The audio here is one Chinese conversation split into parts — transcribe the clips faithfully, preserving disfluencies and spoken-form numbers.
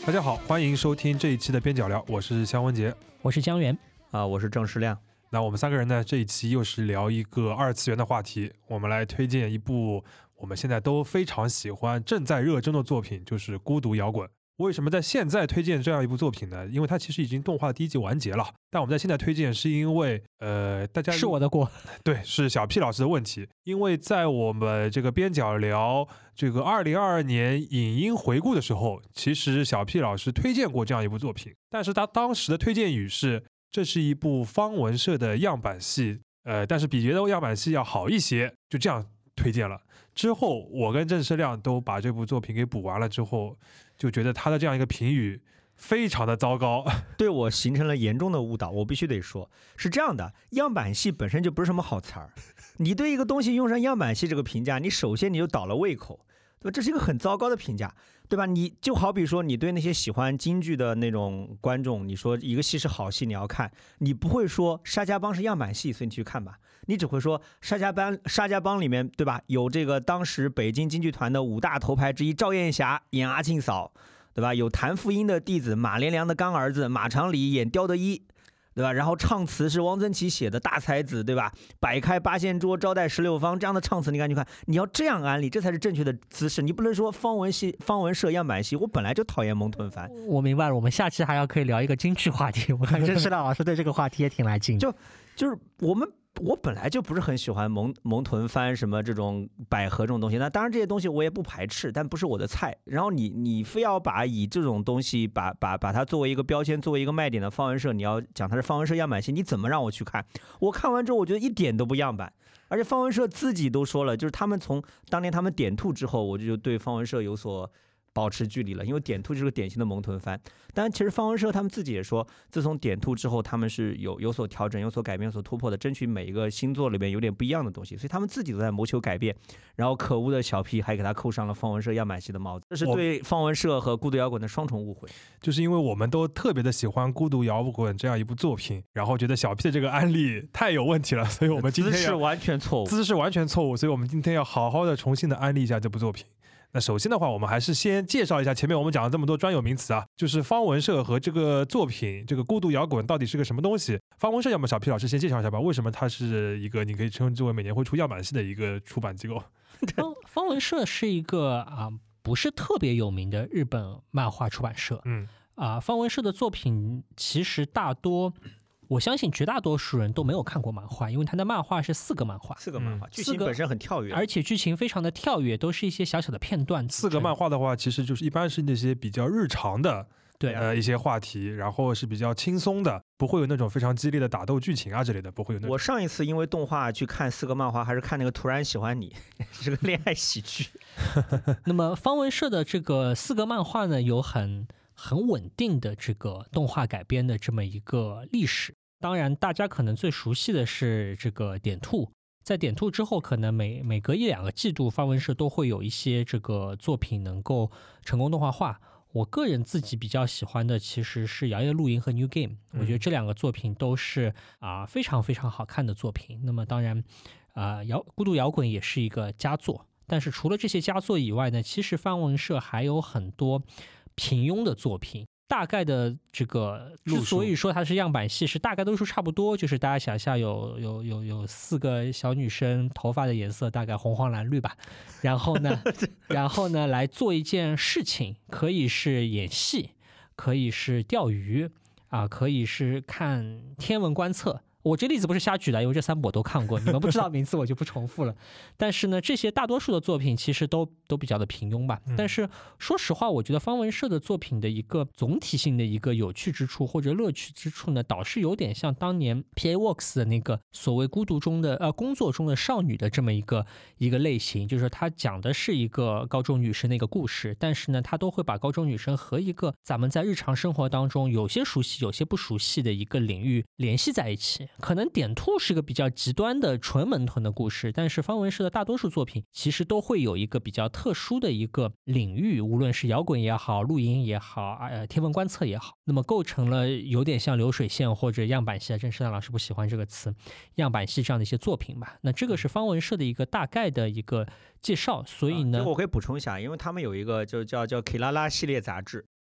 大家好，欢迎收听这一期的边角聊，我是香文杰， 我是江源啊，我是郑世亮。 那我们三个人呢，这一期又是聊一个二次元的话题，我们来推荐一部我们现在都非常喜欢、正在热衷的作品，就是《孤独摇滚》。为什么在现在推荐这样一部作品呢？因为它其实已经动画第一季完结了，但我们在现在推荐是因为呃，大家是我的锅， 对，是小 P 老师的问题。因为在我们这个边角聊这个二零二二年影音回顾的时候，其实小 P 老师推荐过这样一部作品，但是他当时的推荐语是这是一部方文社的样板戏，呃，但是比别的样板戏要好一些，就这样推荐了。之后我跟郑世亮都把这部作品给补完了之后，就觉得他的这样一个评语非常的糟糕， 对我形成了严重的误导。我必须得说，是这样的，样板戏本身就不是什么好词儿，你对一个东西用上样板戏这个评价，你首先你就倒了胃口，对吧？这是一个很糟糕的评价，对吧？你就好比说，你对那些喜欢京剧的那种观众，你说一个戏是好戏，你要看，你不会说沙家浜是样板戏，所以你去看吧，你只会说沙家浜沙家浜里面，对吧？有这个当时北京京剧团的五大头牌之一赵艳霞演阿庆嫂，对吧？有谭富英的弟子马连良的干儿子马长礼演刁德一，对吧？然后唱词是汪曾祺写的大才子，对吧？摆开八仙桌招待十六方，这样的唱词你赶紧看，你要这样安利，这才是正确的姿势。你不能说方文戏方文社样板戏，我本来就讨厌蒙屯番。 我明白了，我们下期还要可以聊一个京剧话题，我看郑世亮老师对这个话题也挺来劲的。 就就是我们。我本来就不是很喜欢蒙蒙屯番什么这种百合这种东西，那当然这些东西我也不排斥，但不是我的菜。然后你你非要把以这种东西把把把它作为一个标签，作为一个卖点的方文社，你要讲它是方文社样板戏，你怎么让我去看？我看完之后，我觉得一点都不样板，而且方文社自己都说了，就是他们从当年他们点兔之后，我就对方文社有所保持距离了，因为点兔就是个典型的蒙屯番。但其实方文社他们自己也说，自从点兔之后，他们是有有所调整、有所改变、有所突破的，争取每一个星座里面有点不一样的东西，所以他们自己都在谋求改变。然后可恶的小 P 还给他扣上了方文社样板戏的帽子，这是对方文社和孤独摇滚的双重误会。 就是因为我们都特别的喜欢《孤独摇滚》这样一部作品，然后觉得小 P 的这个案例太有问题了，所以我们今天姿势完全错误， 姿势完全错误，所以我们今天要好好的重新的安利一下这部作品。那首先的话，我们还是先介绍一下前面我们讲了这么多专有名词啊，就是方文社和这个作品，这个孤独摇滚到底是个什么东西？方文社，要么小 P 老师先介绍一下吧，为什么它是一个你可以称之为每年会出样板戏的一个出版机构？ 方方文社是一个啊、呃、不是特别有名的日本漫画出版社， 嗯啊、呃，方文社的作品其实大多。我相信绝大多数人都没有看过漫画，因为它的漫画是四个漫画， 四个漫画，剧情本身很跳跃， 而且剧情非常的跳跃，都是一些小小的片段。 四个漫画的话，其实就是一般是那些比较日常的， 对、 啊、呃一些话题，然后是比较轻松的，不会有那种非常激烈的打斗剧情啊之类的，不会有那种。 我上一次因为动画去看四个漫画，还是看那个《突然喜欢你》，是个恋爱喜剧。 那么方文社的这个四个漫画呢，有很很稳定的这个动画改编的这么一个历史。当然大家可能最熟悉的是这个点兔，在点兔之后可能每每隔一两个季度方文社都会有一些这个作品能够成功动画化。我个人自己比较喜欢的其实是摇曳露营和 New Game， 我觉得这两个作品都是啊、呃、非常非常好看的作品。那么当然啊、呃、摇孤独摇滚也是一个佳作，但是除了这些佳作以外呢，其实方文社还有很多平庸的作品。大概的这个之所以说它是样板戏，是大概都是差不多，就是大家想象有有有有四个小女生，头发的颜色大概红黄蓝绿吧，然后呢然后呢来做一件事情，可以是演戏，可以是钓鱼啊，可以是看天文观测。我这例子不是瞎举的，因为这三部我都看过，你们不知道名字我就不重复了。但是呢，这些大多数的作品其实都都比较的平庸吧。但是说实话，我觉得方文社的作品的一个总体性的一个有趣之处或者乐趣之处呢，倒是有点像当年 P A Works 的那个所谓孤独中的呃工作中的少女的这么一个一个类型，就是它讲的是一个高中女生的一个故事，但是呢，它都会把高中女生和一个咱们在日常生活当中有些熟悉有些不熟悉的一个领域联系在一起。可能点兔是个比较极端的纯门豚的故事，但是方文社的大多数作品其实都会有一个比较特殊的一个领域，无论是摇滚也好，露营也好，呃，天文观测也好，那么构成了有点像流水线或者样板戏，郑世亮老师不喜欢这个词，样板戏这样的一些作品吧。那这个是方文社的一个大概的一个介绍，所以呢， 啊、我可以补充一下，因为他们有一个就叫叫 K 拉拉系列杂志。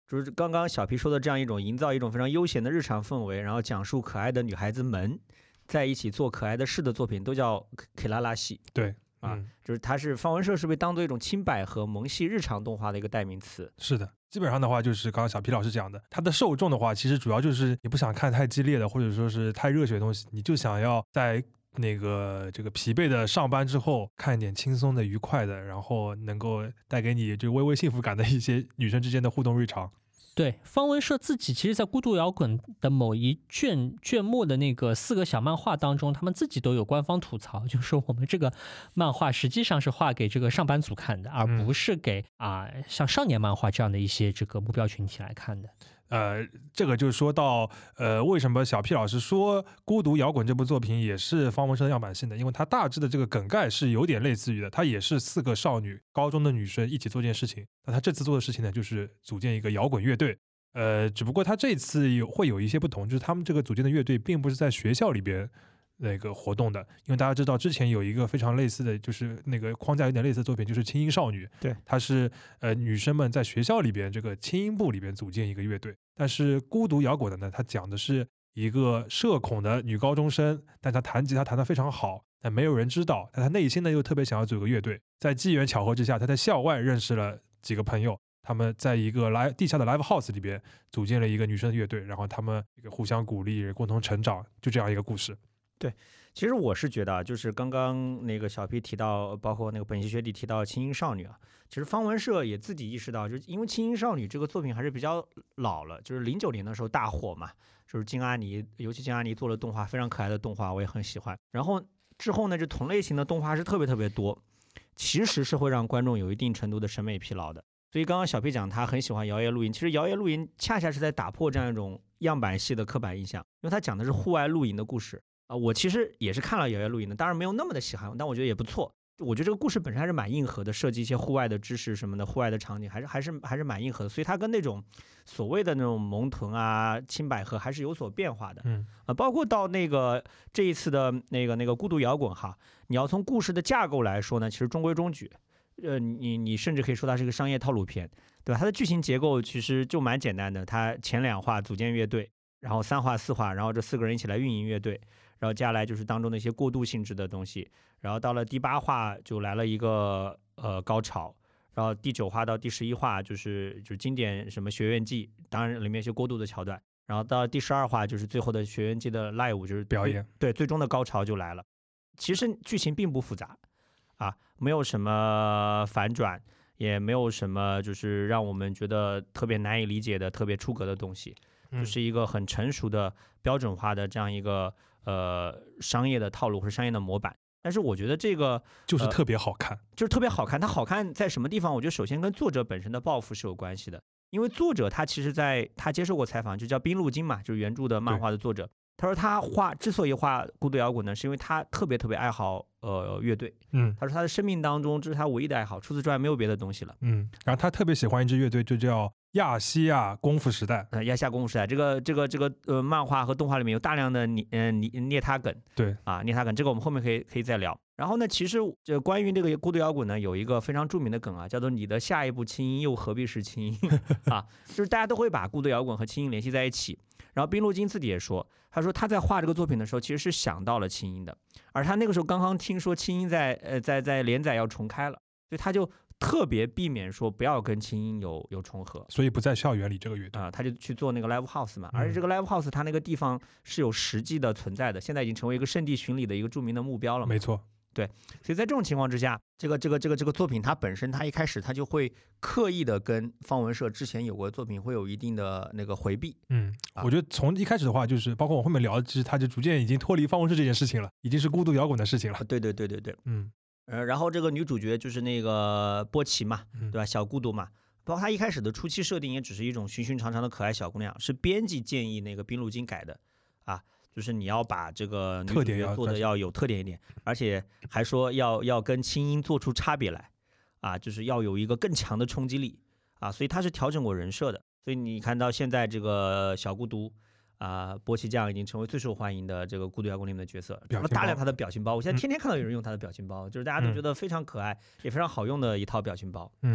就是刚刚小皮说的这样一种营造一种非常悠闲的日常氛围，然后讲述可爱的女孩子们在一起做可爱的事的作品，都叫 K 拉拉系。 对啊， 嗯、 就是它是方文社是被当做一种轻百合萌系日常动画的一个代名词。 是的，基本上的话就是刚刚小皮老师讲的，它的受众的话，其实主要就是你不想看太激烈的，或者说是太热血的东西，你就想要在那个这个疲惫的上班之后看一点轻松的、愉快的，然后能够带给你就微微幸福感的一些女生之间的互动日常。 对，方文社自己其实在孤独摇滚的某一卷卷末的那个四个小漫画当中，他们自己都有官方吐槽，就是说我们这个漫画实际上是画给这个上班族看的，而不是给啊、呃、像少年漫画这样的一些这个目标群体来看的。 呃，这个就说到呃，为什么小 P 老师说《孤独摇滚》这部作品也是方文社样板戏呢？因为它大致的这个梗概是有点类似于的，它也是四个少女，高中的女生一起做件事情。那他这次做的事情呢，就是组建一个摇滚乐队。呃，只不过他这次有会有一些不同，就是他们这个组建的乐队并不是在学校里边那个活动的，因为大家知道之前有一个非常类似的，就是那个框架有点类似的作品，就是轻音少女。 对， 它是呃女生们在学校里边这个轻音部里边组建一个乐队。但是孤独摇滚的呢，它讲的是一个社恐的女高中生，但她弹吉他弹得非常好，但没有人知道，但她内心呢又特别想要组个乐队。在机缘巧合之下，她在校外认识了几个朋友，他们在一个 live 地下的 live house 里边组建了一个女生的乐队，然后他们一个互相鼓励，共同成长，就这样一个故事。 对，其实我是觉得啊，就是刚刚那个小 P 提到，包括那个本溪学弟提到轻音少女啊，其实方文社也自己意识到，就是因为轻音少女这个作品还是比较老了，就是零九年的时候大火嘛，就是金阿尼，尤其金阿尼做了动画，非常可爱的动画，我也很喜欢。然后之后呢，这同类型的动画是特别特别多，其实是会让观众有一定程度的审美疲劳的。所以刚刚小 P 讲他很喜欢摇曳露营，其实摇曳露营恰恰是在打破这样一种样板戏的刻板印象，因为他讲的是户外露营的故事啊、呃。我其实也是看了摇曳露营的，当然没有那么的喜欢，但我觉得也不错。我觉得这个故事本身还是蛮硬核的，设计一些户外的知识什么的，户外的场景还是还是还是蛮硬核的，所以它跟那种所谓的那种萌豚啊、青百合还是有所变化的。 嗯啊，包括到那个这一次的那个那个孤独摇滚哈，你要从故事的架构来说呢，其实中规中矩。呃，你你甚至可以说它是一个商业套路片，对吧？它的剧情结构其实就蛮简单的，它前两话组建乐队，然后三话四话，然后这四个人一起来运营乐队，然后接下来就是当中的一些过渡性质的东西，然后到了第八话就来了一个呃高潮，然后第九话到第十一话就是就是经典什么学院季，当然里面一些过渡的桥段，然后到第十二话就是最后的学院季的 live 就是表演， 对，最终的高潮就来了。其实剧情并不复杂。啊，没有什么反转，也没有什么就是让我们觉得特别难以理解的、特别出格的东西， 嗯、 就是一个很成熟的、标准化的这样一个呃商业的套路或者商业的模板。但是我觉得这个就是特别好看、 呃，就是特别好看。它好看在什么地方？我觉得首先跟作者本身的抱负是有关系的，因为作者他其实在他接受过采访，就叫滨路京嘛，就是原著的漫画的作者。他说他画之所以画孤独摇滚呢，是因为他特别特别爱好呃乐队。 嗯， 他说他的生命当中这是他唯一的爱好，除此之外没有别的东西了。 嗯，然后他特别喜欢一支乐队，就叫亚细亚功夫时代。 呃，亚细亚功夫时代，这个这个这个呃漫画和动画里面有大量的捏呃捏捏他梗。 对啊，捏他梗，这个我们后面可以可以再聊。然后呢，其实这关于这个孤独摇滚呢，有一个非常著名的梗啊，叫做你的下一步轻音又何必是轻音啊？就是大家都会把孤独摇滚和轻音联系在一起。然后滨路京自己也说，他说他在画这个作品的时候，其实是想到了轻音的，而他那个时候刚刚听说轻音在呃在在连载要重开了，所以他就特别避免说不要跟轻音有有重合， 所以不在校园里这个乐队啊、呃，他就去做那个 live house 嘛，而且这个 live house 它那个地方是有实际的存在的，现在已经成为一个圣地巡礼的一个著名的目标了嘛。 没错。 对，所以在这种情况之下，这个这个这个这个作品它本身，它一开始它就会刻意的跟方文社之前有过的作品会有一定的那个回避。 嗯，我觉得从一开始的话，就是包括我后面聊的，其实它就逐渐已经脱离方文社这件事情了，已经是孤独摇滚的事情了。 对对对对对， 嗯， 呃，然后这个女主角就是那个波奇嘛，对吧？小孤独嘛，包括她一开始的初期设定也只是一种寻寻常常的可爱小姑娘，是编辑建议那个滨路京改的啊。就是你要把这个女主角做的要有特点一点，而且还说要要跟轻音做出差别来，啊，就是要有一个更强的冲击力啊，所以他是调整过人设的。所以你看到现在这个小孤独啊，波奇酱已经成为最受欢迎的这个孤独摇滚里面的角色，了大量他的表情包，我现在天天看到有人用他的表情包，嗯、就是大家都觉得非常可爱、嗯、也非常好用的一套表情包。 嗯。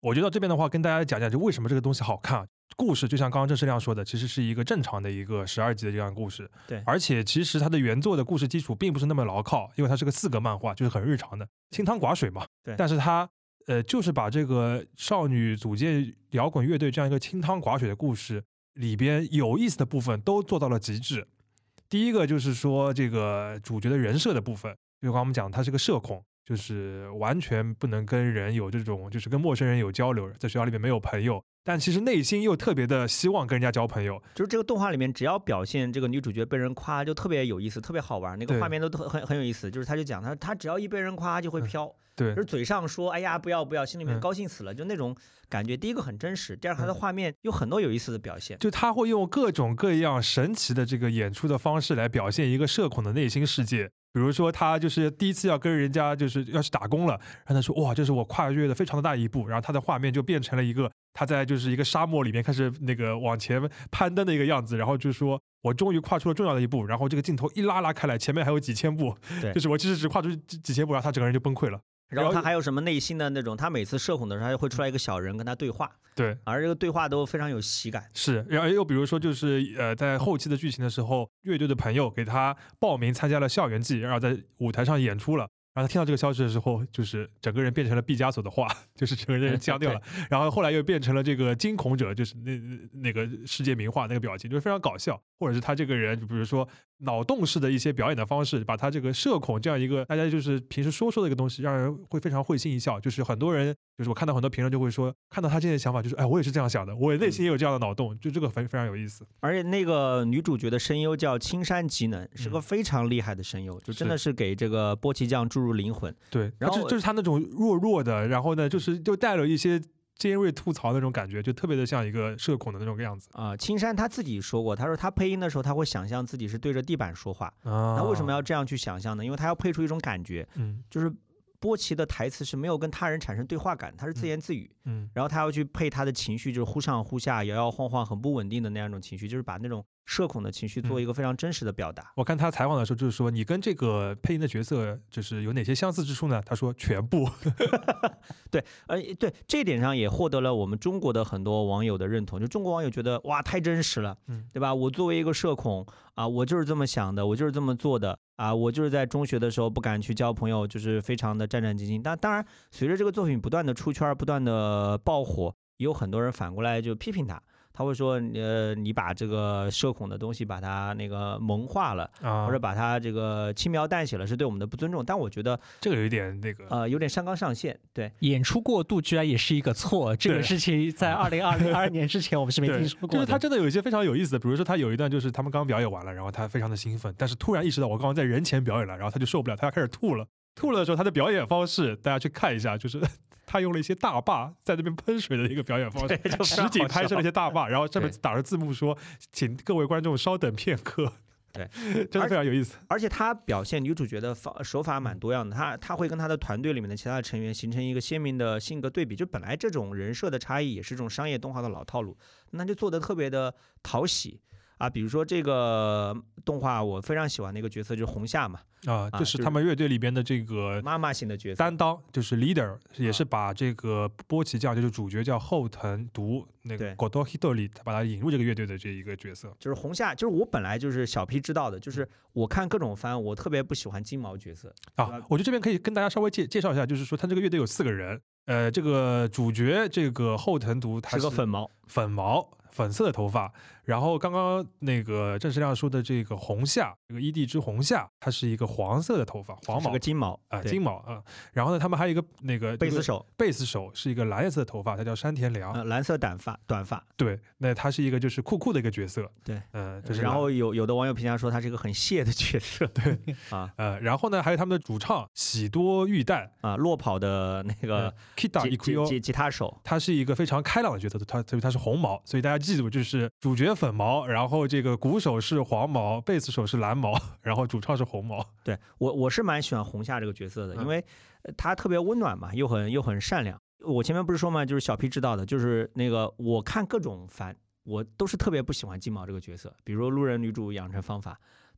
我觉得这边的话，跟大家讲讲，就为什么这个东西好看啊。故事就像刚刚郑世亮说的，其实是一个正常的一个十二集的这样的故事。 对， 而且其实它的原作的故事基础并不是那么牢靠，因为它是个四格漫画，就是很日常的，清汤寡水嘛。 对， 但是它呃，就是把这个少女组建摇滚乐队这样一个清汤寡水的故事里边有意思的部分都做到了极致。第一个就是说这个主角的人设的部分，就刚刚我们讲他是个社恐，就是完全不能跟人有这种，就是跟陌生人有交流，在学校里面没有朋友，但其实内心又特别的希望跟人家交朋友。 就是这个动画里面，只要表现这个女主角被人夸，就特别有意思，特别好玩，那个画面都很很很有意思。就是他就讲他他只要一被人夸就会飘， 嗯、对， 就是嘴上说哎呀不要不要，心里面高兴死了，嗯、就那种感觉。第一个很真实，第二他的画面有很多有意思的表现， 就他会用各种各样神奇的这个演出的方式来表现一个社恐的内心世界。比如说他就是第一次要跟人家就是要去打工了，然后他说哇这是我跨越的非常的大一步，然后他的画面就变成了一个他在就是一个沙漠里面开始那个往前攀登的一个样子，然后就说我终于跨出了重要的一步，然后这个镜头一拉拉开来，前面还有几千步，就是我其实只跨出几几千步，然后他整个人就崩溃了。 然后他还有什么内心的那种，他每次社恐的时候，他就会出来一个小人跟他对话， 对， 而这个对话都非常有喜感。 是，然后又比如说就是呃，在后期的剧情的时候，乐队的朋友给他报名参加了校园季，然后在舞台上演出了。然后他听到这个消息的时候，就是整个人变成了毕加索的画，就是整个人僵掉了。然后后来又变成了这个惊恐者，就是那那个世界名画那个表情，就是非常搞笑。或者是他这个人，就比如说脑洞式的一些表演的方式，把他这个社恐这样一个大家就是平时说说的一个东西，让人会非常会心一笑。就是很多人，就是我看到很多评论就会说，看到他这些想法，就是哎，我也是这样想的，我也内心也有这样的脑洞，就这个非非常有意思。 而且那个女主角的声优叫青山吉能，是个非常厉害的声优，嗯、就真的是给这个波奇酱注入灵魂。 对， 然后就是他那种弱弱的，然后呢，就是就带了一些尖锐吐槽的那种感觉，就特别的像一个社恐的那种样子啊、呃。青山他自己说过，他说他配音的时候，他会想象自己是对着地板说话。 啊、 那为什么要这样去想象呢？因为他要配出一种感觉， 嗯， 就是波奇的台词是没有跟他人产生对话感，他是自言自语， 嗯， 然后他要去配他的情绪，就是忽上忽下、摇摇晃晃、很不稳定的那样一种情绪，就是把那种社恐的情绪做一个非常真实的表达。 嗯、我看他采访的时候就是说，你跟这个配音的角色就是有哪些相似之处呢？他说全部。 对，呃，对，这点上也获得了我们中国的很多网友的认同，就中国网友觉得哇太真实了， 嗯， 对吧？我作为一个社恐啊，我就是这么想的，我就是这么做的啊，我就是在中学的时候不敢去交朋友，就是非常的战战兢兢。但当然，随着这个作品不断的出圈，不断的爆火，也有很多人反过来就批评他。他会说，呃，你把这个社恐的东西把它那个萌化了， 啊、 或者把它这个轻描淡写了，是对我们的不尊重。但我觉得这个有一点那个， 呃，有点上纲上线。对， 演出过度居然也是一个错，这个事情在二零二二年之前我们是没听说过的。 就是他真的有一些非常有意思的，比如说他有一段就是他们刚表演完了，然后他非常的兴奋，但是突然意识到我刚刚在人前表演了，然后他就受不了，他要开始吐了。吐了的时候，他的表演方式大家去看一下，就是他用了一些大坝在那边喷水的一个表演方式，实景拍摄了一些大坝，然后上面打着字幕说请各位观众稍等片刻。 对， 真的非常有意思。 而且他表现女主角的方手法蛮多样的，他他会跟他的团队里面的其他的成员形成一个鲜明的性格对比，就本来这种人设的差异也是这种商业动画的老套路，那就做得特别的讨喜啊。比如说这个动画我非常喜欢的一个角色就是红夏嘛， 啊，就是他们乐队里边的这个妈妈型的角色担当，就是 leader， 也是把这个波奇酱，就是主角叫后藤独那个 Goto Hidori， 他把他引入这个乐队的这一个角色。 就是红夏，就是我本来就是小 P 知道的，就是我看各种番，我特别不喜欢金毛角色啊。我觉得这边可以跟大家稍微介介绍一下，就是说他这个乐队有四个人，呃，这个主角这个后藤独他是个粉毛， 粉毛。粉色的头发，然后刚刚那个郑世亮说的这个红夏，这个伊地之红夏，它是一个黄色的头发，黄毛， 是个金毛啊、呃，金毛啊、呃。然后呢，他们还有一个那个贝斯手， 贝斯手是一个蓝色的头发，他叫山田凉， 呃，蓝色短发，短发。 对，那他是一个就是酷酷的一个角色， 对， 嗯、呃，就是然后有有的网友评价说他是一个很谢的角色， 对啊， 呃，然后呢，还有他们的主唱喜多玉蛋啊，落跑的那个 Kita Ikuyo 吉吉他手， 他是一个非常开朗的角色，他所以他是红毛，所以大家记住就是。主角粉毛，然后这个鼓手是黄毛，贝斯手是蓝毛，然后主唱是红毛。 对，我我是蛮喜欢红夏这个角色的，因为他特别温暖嘛，又很又很善良。我前面不是说嘛，就是小 P 知道的，就是那个我看各种番，我都是特别不喜欢金毛这个角色，比如路人女主养成方法。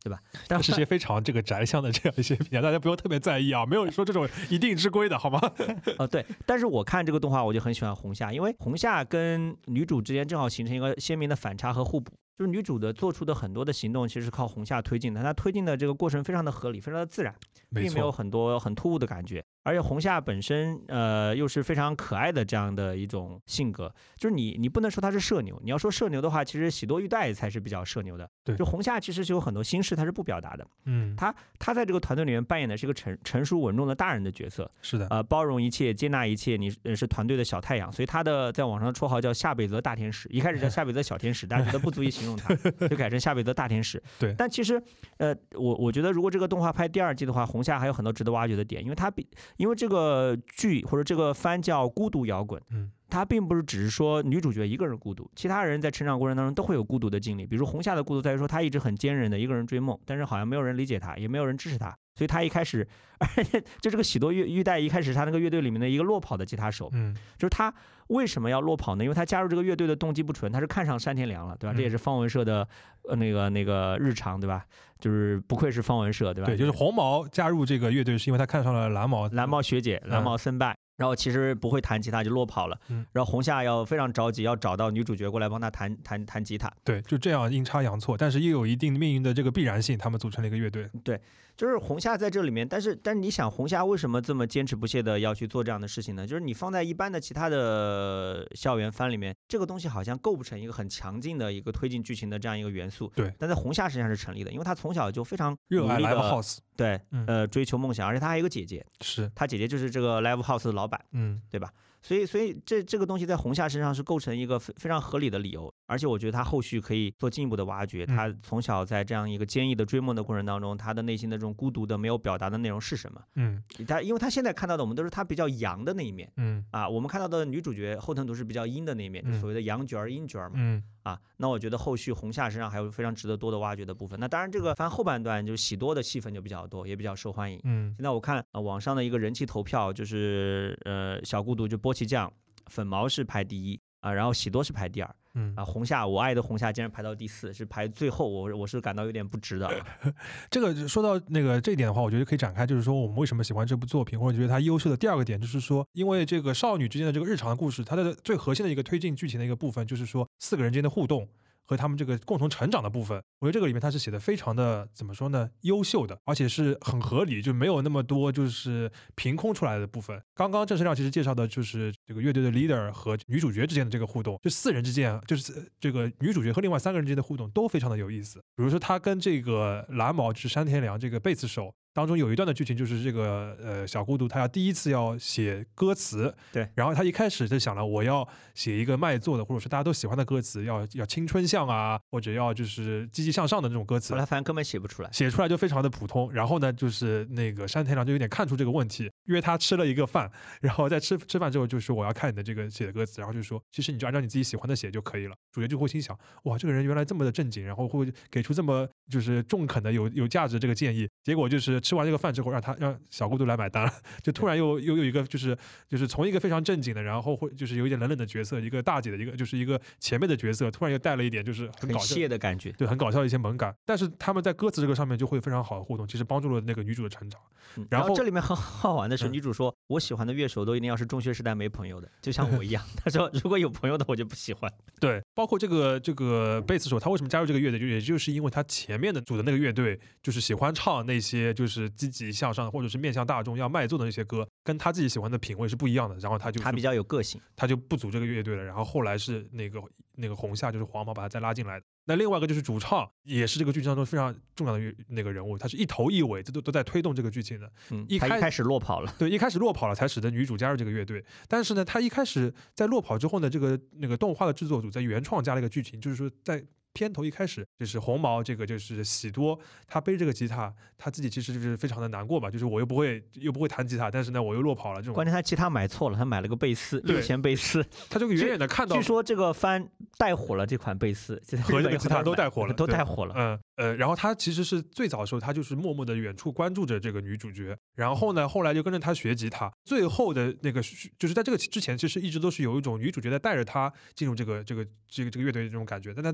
对吧？但是些非常这个宅向的这样一些评价，大家不用特别在意啊，没有说这种一定之规的好吗？ 哦，对，但是我看这个动画，我就很喜欢红夏，因为红夏跟女主之间正好形成一个鲜明的反差和互补。就是女主的做出的很多的行动，其实是靠红夏推进的，她推进的这个过程非常的合理，非常的自然，并没有很多很突兀的感觉。而且红夏本身，呃，又是非常可爱的这样的一种性格，就是你你不能说她是社牛，你要说社牛的话，其实喜多玉带才是比较社牛的。 对， 就红夏其实是有很多心事，她是不表达的。 嗯， 她她在这个团队里面扮演的是一个成成熟稳重的大人的角色。 是的， 呃，包容一切，接纳一切，你是团队的小太阳，所以她的在网上的绰号叫夏北泽大天使，一开始叫夏北泽小天使，大家觉得不足以形容她，就改成夏北泽大天使。 对， 但其实，呃，我我觉得如果这个动画拍第二季的话，红夏还有很多值得挖掘的点，因为它比因为这个剧或者这个番叫孤独摇滚， 嗯， 它并不是只是说女主角一个人孤独，其他人在成长过程当中都会有孤独的经历。比如红夏的孤独在于说，她一直很坚韧的一个人追梦，但是好像没有人理解她，也没有人支持她，所以她一开始，而且就这个喜多玉玉带一开始是他那个乐队里面的一个落跑的吉他手， 嗯， 就是他为什么要落跑呢？因为他加入这个乐队的动机不纯，他是看上山田凉了，对吧？ 嗯、 这也是方文社的呃那个那个日常，对吧？就是不愧是方文社，对吧？ 对，就是红毛加入这个乐队是因为他看上了蓝毛， 蓝毛学姐，蓝毛僧拜。嗯，然后其实不会弹吉他就落跑了， 嗯， 然后红夏要非常着急，要找到女主角过来帮他弹弹弹吉他。 对，就这样阴差阳错，但是又有一定命运的这个必然性，他们组成了一个乐队。 对，就是红夏在这里面，但是但是你想，红夏为什么这么坚持不懈的要去做这样的事情呢？就是你放在一般的其他的校园番里面，这个东西好像构不成一个很强劲的一个推进剧情的这样一个元素。 对， 但在红夏身上是成立的，因为他从小就非常热爱 Live House， 对， 嗯、 呃，追求梦想，而且他还有个姐姐， 是他姐姐就是这个 Live House 的老板， 嗯， 对吧？所以，所以这这个东西在红夏身上是构成一个非非常合理的理由，而且我觉得他后续可以做进一步的挖掘。他从小在这样一个坚毅的追梦的过程当中，他的内心的这种孤独的没有表达的内容是什么？ 嗯， 他因为他现在看到的我们都是他比较阳的那一面， 嗯啊，我们看到的女主角后藤图是比较阴的那一面，就所谓的阳角儿阴角儿嘛， 嗯啊，那我觉得后续红夏身上还有非常值得多的挖掘的部分。那当然，这个番后半段就是喜多的戏份就比较多，也比较受欢迎。 嗯， 现在我看、呃、网上的一个人气投票，就是呃小孤独就波奇酱。粉毛是排第一啊，然后喜多是排第二， 嗯啊，红夏我爱的红夏竟然排到第四，是排最后，我我是感到有点不值的。 这个说到那个这一点的话，我觉得可以展开，就是说我们为什么喜欢这部作品，或者觉得它优秀的第二个点，就是说，因为这个少女之间的这个日常的故事，它的最核心的一个推进剧情的一个部分，就是说四个人之间的互动。和他们这个共同成长的部分，我觉得这个里面它是写的非常的怎么说呢，优秀的，而且是很合理，就没有那么多就是凭空出来的部分。刚刚郑世亮其实介绍的就是这个乐队的 leader 和女主角之间的这个互动，就四人之间，就是这个女主角和另外三个人之间的互动都非常的有意思。比如说他跟这个蓝毛就是山田凉这个贝斯手。当中有一段的剧情就是这个呃小孤独他要第一次要写歌词， 对， 然后他一开始就想了我要写一个卖座的或者是大家都喜欢的歌词，要要青春向啊，或者要就是积极向上的这种歌词， 后来发现根本写不出来， 写出来就非常的普通。然后呢，就是那个山田凉就有点看出这个问题，约他吃了一个饭，然后在吃吃饭之后就说我要看你的这个写的歌词，然后就说其实你就按照你自己喜欢的写就可以了。主角就会心想，哇，这个人原来这么的正经，然后会给出这么就是中肯的有有价值这个建议。结果就是吃完这个饭之后让他让小孤独来买单了，就突然又又有一个就是就是从一个非常正经的，然后会就是有一点冷冷的角色，一个大姐的一个就是一个前辈的角色，突然又带了一点就是很搞笑很的感觉， 对，很搞笑的一些萌感。但是他们在歌词这个上面就会非常好的互动，其实帮助了那个女主的成长。 嗯、 然后这里面很好玩的是， 嗯、 女主说：“我喜欢的乐手都一定要是中学时代没朋友的，就像我一样。”她说：“如果有朋友的，我就不喜欢。” 对，包括这个这个贝斯手，他为什么加入这个乐队，就也就是因为他前面的组的那个乐队就是喜欢唱那些就是积极向上或者是面向大众要卖座的那些歌，跟他自己喜欢的品味是不一样的。然后他就他比较有个性， 他就不组这个乐队了。然后后来是那个那个红夏就是黄毛把他再拉进来的。那另外一个就是主唱，也是这个剧情当中非常重要的那个人物，他是一头一尾这都都在推动这个剧情的。 嗯， 一开他一开始落跑了， 对，一开始落跑了才使得女主加入这个乐队。但是呢，他一开始在落跑之后呢，这个那个动画的制作组在原创加了一个剧情，就是说在片头一开始就是红毛这个就是喜多，他背这个吉他，他自己其实就是非常的难过嘛，就是我又不会又不会弹吉他，但是呢我又落跑了这种。 关键他吉他买错了，他买了个贝斯，六弦贝斯， 他就远远的看到。 据说这个番带火了这款贝斯， 和这个吉他都带火了， 都带火了。 嗯呃，然后他其实是最早的时候，他就是默默的远处关注着这个女主角，然后呢后来就跟着她学吉他，最后的那个就是在这个之前，其实一直都是有一种女主角在带着他进入这个这个这个这个乐队的这种感觉，但在最后的时候。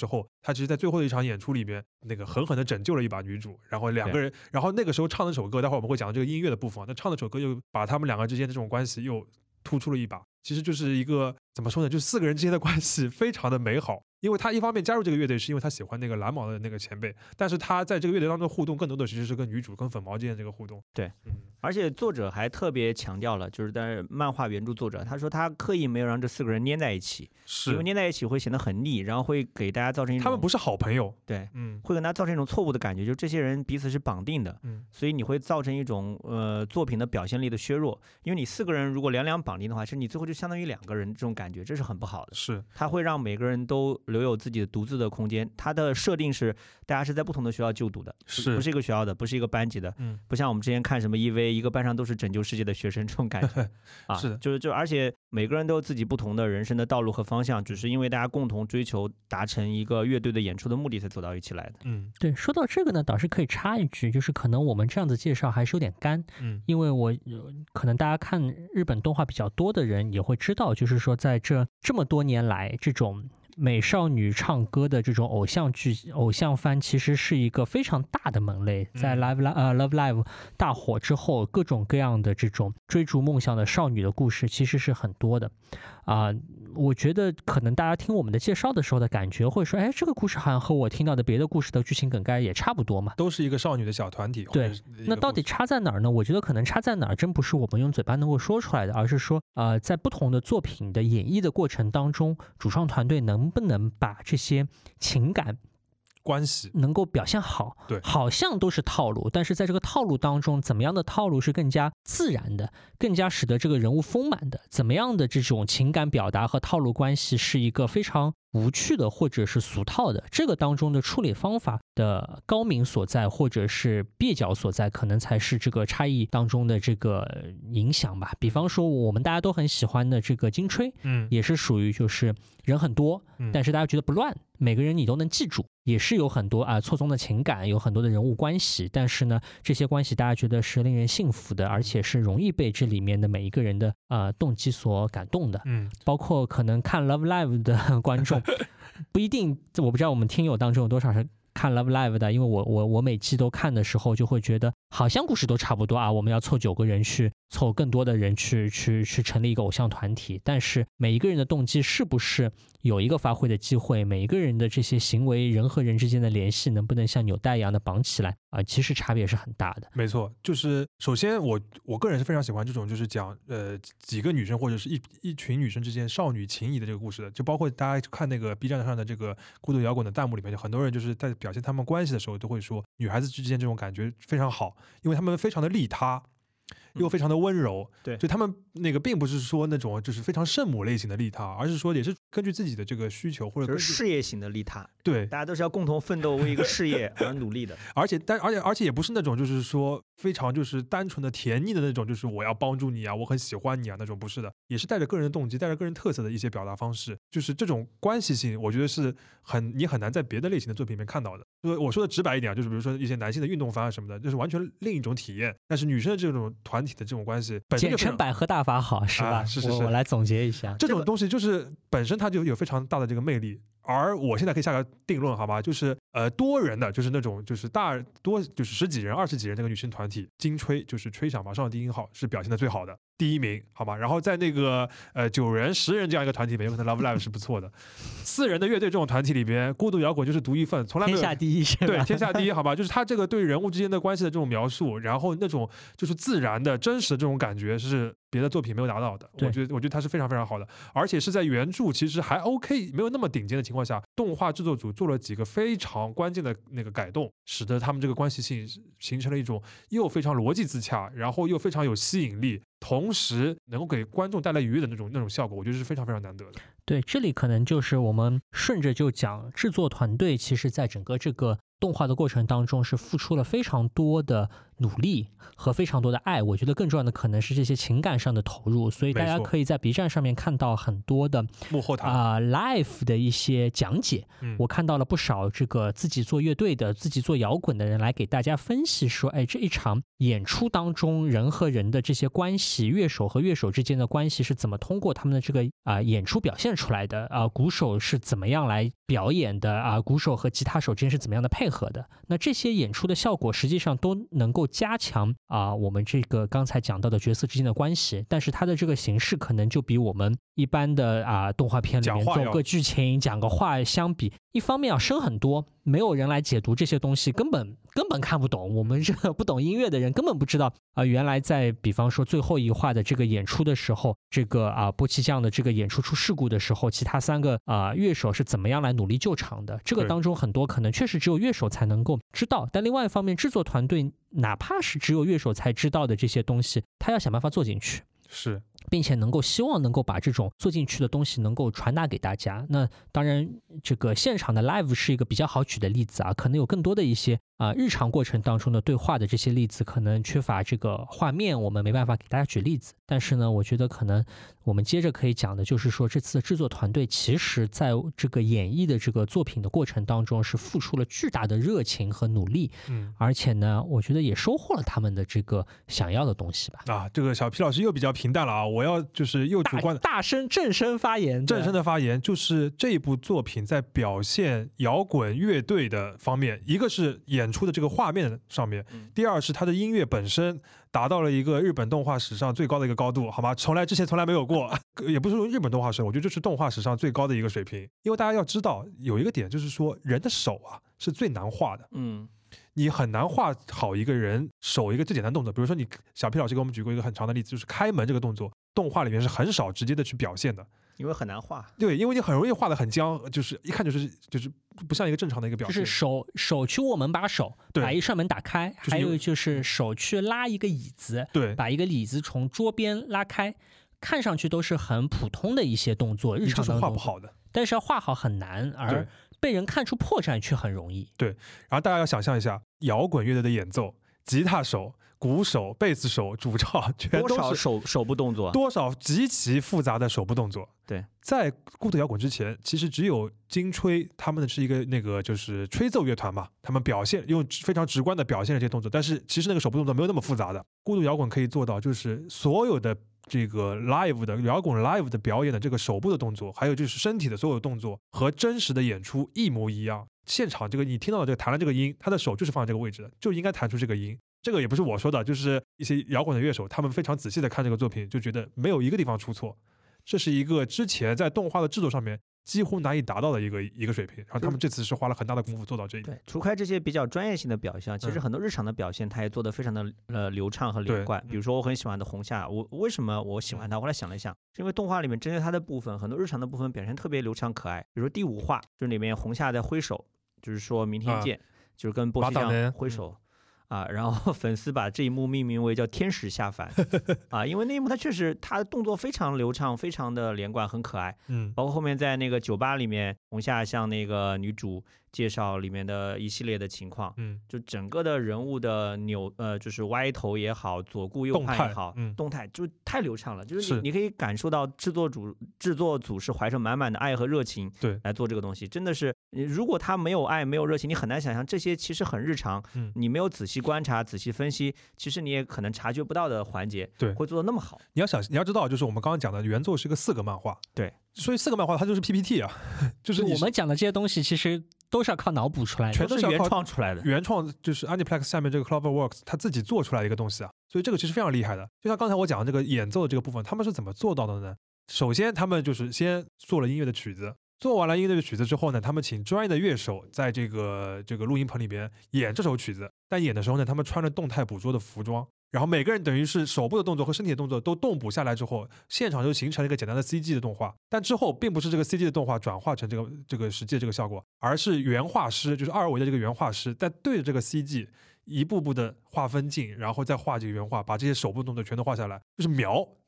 候，他其实在最后的一场演出里面，那个狠狠的拯救了一把女主，然后两个人，然后那个时候唱那首歌，待会儿我们会讲这个音乐的部分，那唱那首歌又把他们两个之间的这种关系又突出了一把，其实就是一个怎么说呢，就四个人之间的关系非常的美好。因为他一方面加入这个乐队是因为他喜欢那个蓝毛的那个前辈，但是他在这个乐队当中互动更多的其实是跟女主跟粉毛之间的这个互动。 对， 嗯， 而且作者还特别强调了，就是在漫画原著作者他说他刻意没有让这四个人粘在一起， 是因为粘在一起会显得很腻，然后会给大家造成一种他们不是好朋友， 对， 嗯， 会给大家造成一种错误的感觉，就是这些人彼此是绑定的， 嗯， 所以你会造成一种呃作品的表现力的削弱，因为你四个人如果两两绑定的话，其实你最后就相当于两个人，这种感觉这是很不好的。 是， 它会让每个人都留有自己的独自的空间。它的设定是大家是在不同的学校就读的， 是不是一个学校的，不是一个班级的， 嗯， 不像我们之前看什么 E V， 一个班上都是拯救世界的学生这种感觉啊， 是的， 就是就而且每个人都有自己不同的人生的道路和方向，只是因为大家共同追求达成一个乐队的演出的目的才走到一起来的。 嗯， 对，说到这个呢，倒是可以插一句，就是可能我们这样子介绍还是有点干， 嗯， 因为我、呃、可能大家看日本动画比较多的人也会知道，就是说在这这么多年来，这种美少女唱歌的这种偶像剧、偶像番，其实是一个非常大的门类。在 Live 呃 Love Live 大火之后，各种各样的这种追逐梦想的少女的故事，其实是很多的。啊、呃，我觉得可能大家听我们的介绍的时候的感觉会说，哎，这个故事好像和我听到的别的故事的剧情梗概也差不多嘛， 都是一个少女的小团体。 对，那到底差在哪儿呢？我觉得可能差在哪儿，真不是我们用嘴巴能够说出来的，而是说，呃，在不同的作品的演绎的过程当中，主创团队能不能把这些情感关系能够表现好， 对， 好像都是套路，但是在这个套路当中，怎么样的套路是更加自然的，更加使得这个人物丰满的？怎么样的这种情感表达和套路关系是一个非常无趣的或者是俗套的？这个当中的处理方法的高明所在，或者是蹩脚所在，可能才是这个差异当中的这个影响吧。比方说，我们大家都很喜欢的这个金吹， 嗯， 也是属于就是人很多， 嗯， 但是大家觉得不乱，每个人你都能记住，也是有很多啊错综的情感，有很多的人物关系，但是呢，这些关系大家觉得是令人信服的，而且是容易被这里面的每一个人的呃动机所感动的。 嗯， 包括可能看 Love Live 的观众，不一定，我不知道我们听友当中有多少是看 Love Live 的，因为我我我每期都看的时候，就会觉得好像故事都差不多啊，我们要凑九个人去凑更多的人去去去成立一个偶像团体，但是每一个人的动机是不是有一个发挥的机会，每一个人的这些行为，人和人之间的联系能不能像纽带一样的绑起来啊、呃？其实差别是很大的。 没错，就是首先我我个人是非常喜欢这种就是讲呃几个女生或者是一一群女生之间少女情谊的这个故事的，就包括大家看那个 B 站上的这个孤独摇滚的弹幕里面，就很多人就是在表现他们关系的时候都会说女孩子之间这种感觉非常好，因为他们非常的利他。又非常的温柔， 对， 就他们那个并不是说那种就是非常圣母类型的利他，而是说也是根据自己的这个需求或者就是事业型的利他， 对， 大家都是要共同奋斗为一个事业而努力的， 而且但而且而且也不是那种就是说非常就是单纯的甜腻的那种，就是我要帮助你啊，我很喜欢你啊那种，不是的，也是带着个人的动机，带着个人特色的一些表达方式，就是这种关系性，我觉得是很你很难在别的类型的作品里面看到的。我说的直白一点，就是比如说一些男性的运动番啊什么的，这是完全另一种体验。但是女生的这种团体的这种关系，本身简称百合大法好是吧？ 啊、是是是， 我我来总结一下， 这种东西就是本身它就有非常大的这个魅力。而我现在可以下个定论，好吧，就是呃多人的，就是那种就是大多就是十几人、二十几人那个女生团体，金吹就是吹响马上低音号是表现的最好的第一名，好吧。然后在那个呃九人、十人这样一个团体里面，有可能 Love Live 是不错的。四人的乐队这种团体里边，孤独摇滚就是独一份，从来没有天下第一是吧？ 对，天下第一，好吧。就是他这个对人物之间的关系的这种描述，然后那种就是自然的、真实的这种感觉是别的作品没有达到的。我觉得，我觉得它是非常非常好的，而且是在原著其实还 OK， 没有那么顶尖的情况下，动画制作组做了几个非常关键的那个改动，使得他们这个关系性形成了一种又非常逻辑自洽，然后又非常有吸引力，同时能够给观众带来愉悦的那种那种效果，我觉得是非常非常难得的。 对，这里可能就是我们顺着就讲，制作团队其实在整个这个动画的过程当中是付出了非常多的努力和非常多的爱，我觉得更重要的可能是这些情感上的投入，所以大家可以在 B 站上面看到很多的幕后谈啊、呃、live 的一些讲解、嗯，我看到了不少这个自己做乐队的、自己做摇滚的人来给大家分析说，哎，这一场演出当中人和人的这些关系，乐手和乐手之间的关系是怎么通过他们的这个啊、呃、演出表现出来的啊、呃，鼓手是怎么样来表演的啊、呃，鼓手和吉他手之间是怎么样的配合的，那这些演出的效果实际上都能够加强啊、呃、我们这个刚才讲到的角色之间的关系，但是它的这个形式可能就比我们一般的啊、呃、动画片里面走个剧情讲个话相比，一方面要深很多，没有人来解读这些东西，根本根本看不懂，我们这个不懂音乐的人根本不知道啊、呃，原来在比方说最后一话的这个演出的时候，这个啊、呃、波奇酱的这个演出出事故的时候，其他三个啊、呃、乐手是怎么样来努力救场的，这个当中很多可能确实只有乐手才能够知道，但另外一方面制作团队哪怕是只有乐手才知道的这些东西，他要想办法做进去， 是， 并且能够希望能够把这种做进去的东西能够传达给大家。那当然这个现场的 live 是一个比较好举的例子啊，可能有更多的一些啊、呃、日常过程当中的对话的这些例子可能缺乏这个画面，我们没办法给大家举例子，但是呢我觉得可能我们接着可以讲的就是说，这次的制作团队其实在这个演绎的这个作品的过程当中是付出了巨大的热情和努力， 嗯， 而且呢我觉得也收获了他们的这个想要的东西吧。 啊，这个小皮老师又比较平淡了啊，我要就是又主观大大声正声发言， 正声的发言，就是这部作品在表现摇滚乐队的方面，一个是演出的这个画面上面，第二是它的音乐本身达到了一个日本动画史上最高的一个高度，好吗？从来之前从来没有过，也不是说日本动画史，我觉得这是动画史上最高的一个水平。因为大家要知道有一个点，就是说人的手啊是最难画的， 嗯。 你很难画好一个人手一个最简单的动作，比如说你小皮老师给我们举过一个很长的例子，就是开门这个动作，动画里面是很少直接的去表现的， 因为很难画。 对，因为你很容易画的很僵，就是一看就是就是不像一个正常的一个表现。 就是手手去握门把手，把一扇门打开，就是、还有就是手去拉一个椅子， 对， 把一个椅子从桌边拉开，看上去都是很普通的一些动作，日常的动作， 画不好的， 但是要画好很难，而被人看出破绽却很容易。 对，然后大家要想象一下，摇滚乐队的演奏，吉他手、鼓手、贝斯手、主唱，全都是多少手手部动作， 多少极其复杂的手部动作。 对， 在孤独摇滚之前，其实只有金吹，他们是一个那个就是吹奏乐团嘛，他们表现用非常直观的表现了这些动作，但是其实那个手部动作没有那么复杂的。孤独摇滚可以做到，就是所有的这个 live 的摇滚 live 的表演的这个手部的动作，还有就是身体的所有动作和真实的演出一模一样。现场这个你听到的这个弹了这个音，他的手就是放在这个位置的，就应该弹出这个音。这个也不是我说的，就是一些摇滚的乐手，他们非常仔细的看这个作品，就觉得没有一个地方出错。这是一个之前在动画的制作上面几乎难以达到的一个一个水平，然后他们这次是花了很大的功夫做到这一点。 对，除开这些比较专业性的表现，其实很多日常的表现，它也做得非常的呃流畅和连贯。比如说我很喜欢的红夏，我为什么我喜欢他？后来想了一想，是因为动画里面针对他的部分，很多日常的部分表现特别流畅可爱。比如说第五话，就是里面红夏在挥手，就是说明天见，啊、就是跟波西酱挥手。啊，然后粉丝把这一幕命名为叫天使下凡啊，因为那一幕他确实他的动作非常流畅，非常的连贯，很可爱。嗯，包括后面在那个酒吧里面，红夏向那个女主介绍里面的一系列的情况，嗯，就整个的人物的扭呃，就是歪头也好，左顾右盼也好，动态，嗯、动态就太流畅了，就是你你可以感受到制作组制作组是怀着满满的爱和热情对来做这个东西，真的是如果他没有爱没有热情，你很难想象这些其实很日常，嗯，你没有仔细观察、仔细分析，其实你也可能察觉不到的环节，对，会做得那么好。 你要想，你要知道，就是我们刚刚讲的原作是个四个漫画， 对， 所以四个漫画它就是 P P T 啊，就是我们讲的这些东西其实都是要靠脑补出来的， 全都是原创出来的。 原创就是 Aniplex 下面这个 Cloverworks 他自己做出来的一个东西啊，所以这个其实非常厉害的。就像刚才我讲的这个演奏的这个部分，他们是怎么做到的呢？首先，他们就是先做了音乐的曲子。做完了音乐的曲子之后呢，他们请专业的乐手在这个这个录音棚里边演这首曲子。但演的时候呢，他们穿着动态捕捉的服装，然后每个人等于是手部的动作和身体的动作都动捕下来之后，现场就形成了一个简单的 C G 的动画。但之后并不是这个 C G 的动画转化成这个这个实际的这个效果，而是原画师，就是二维的这个原画师在对着这个 C G 一步步的画分镜，然后再画这个原画，把这些手部动作全都画下来，就是描。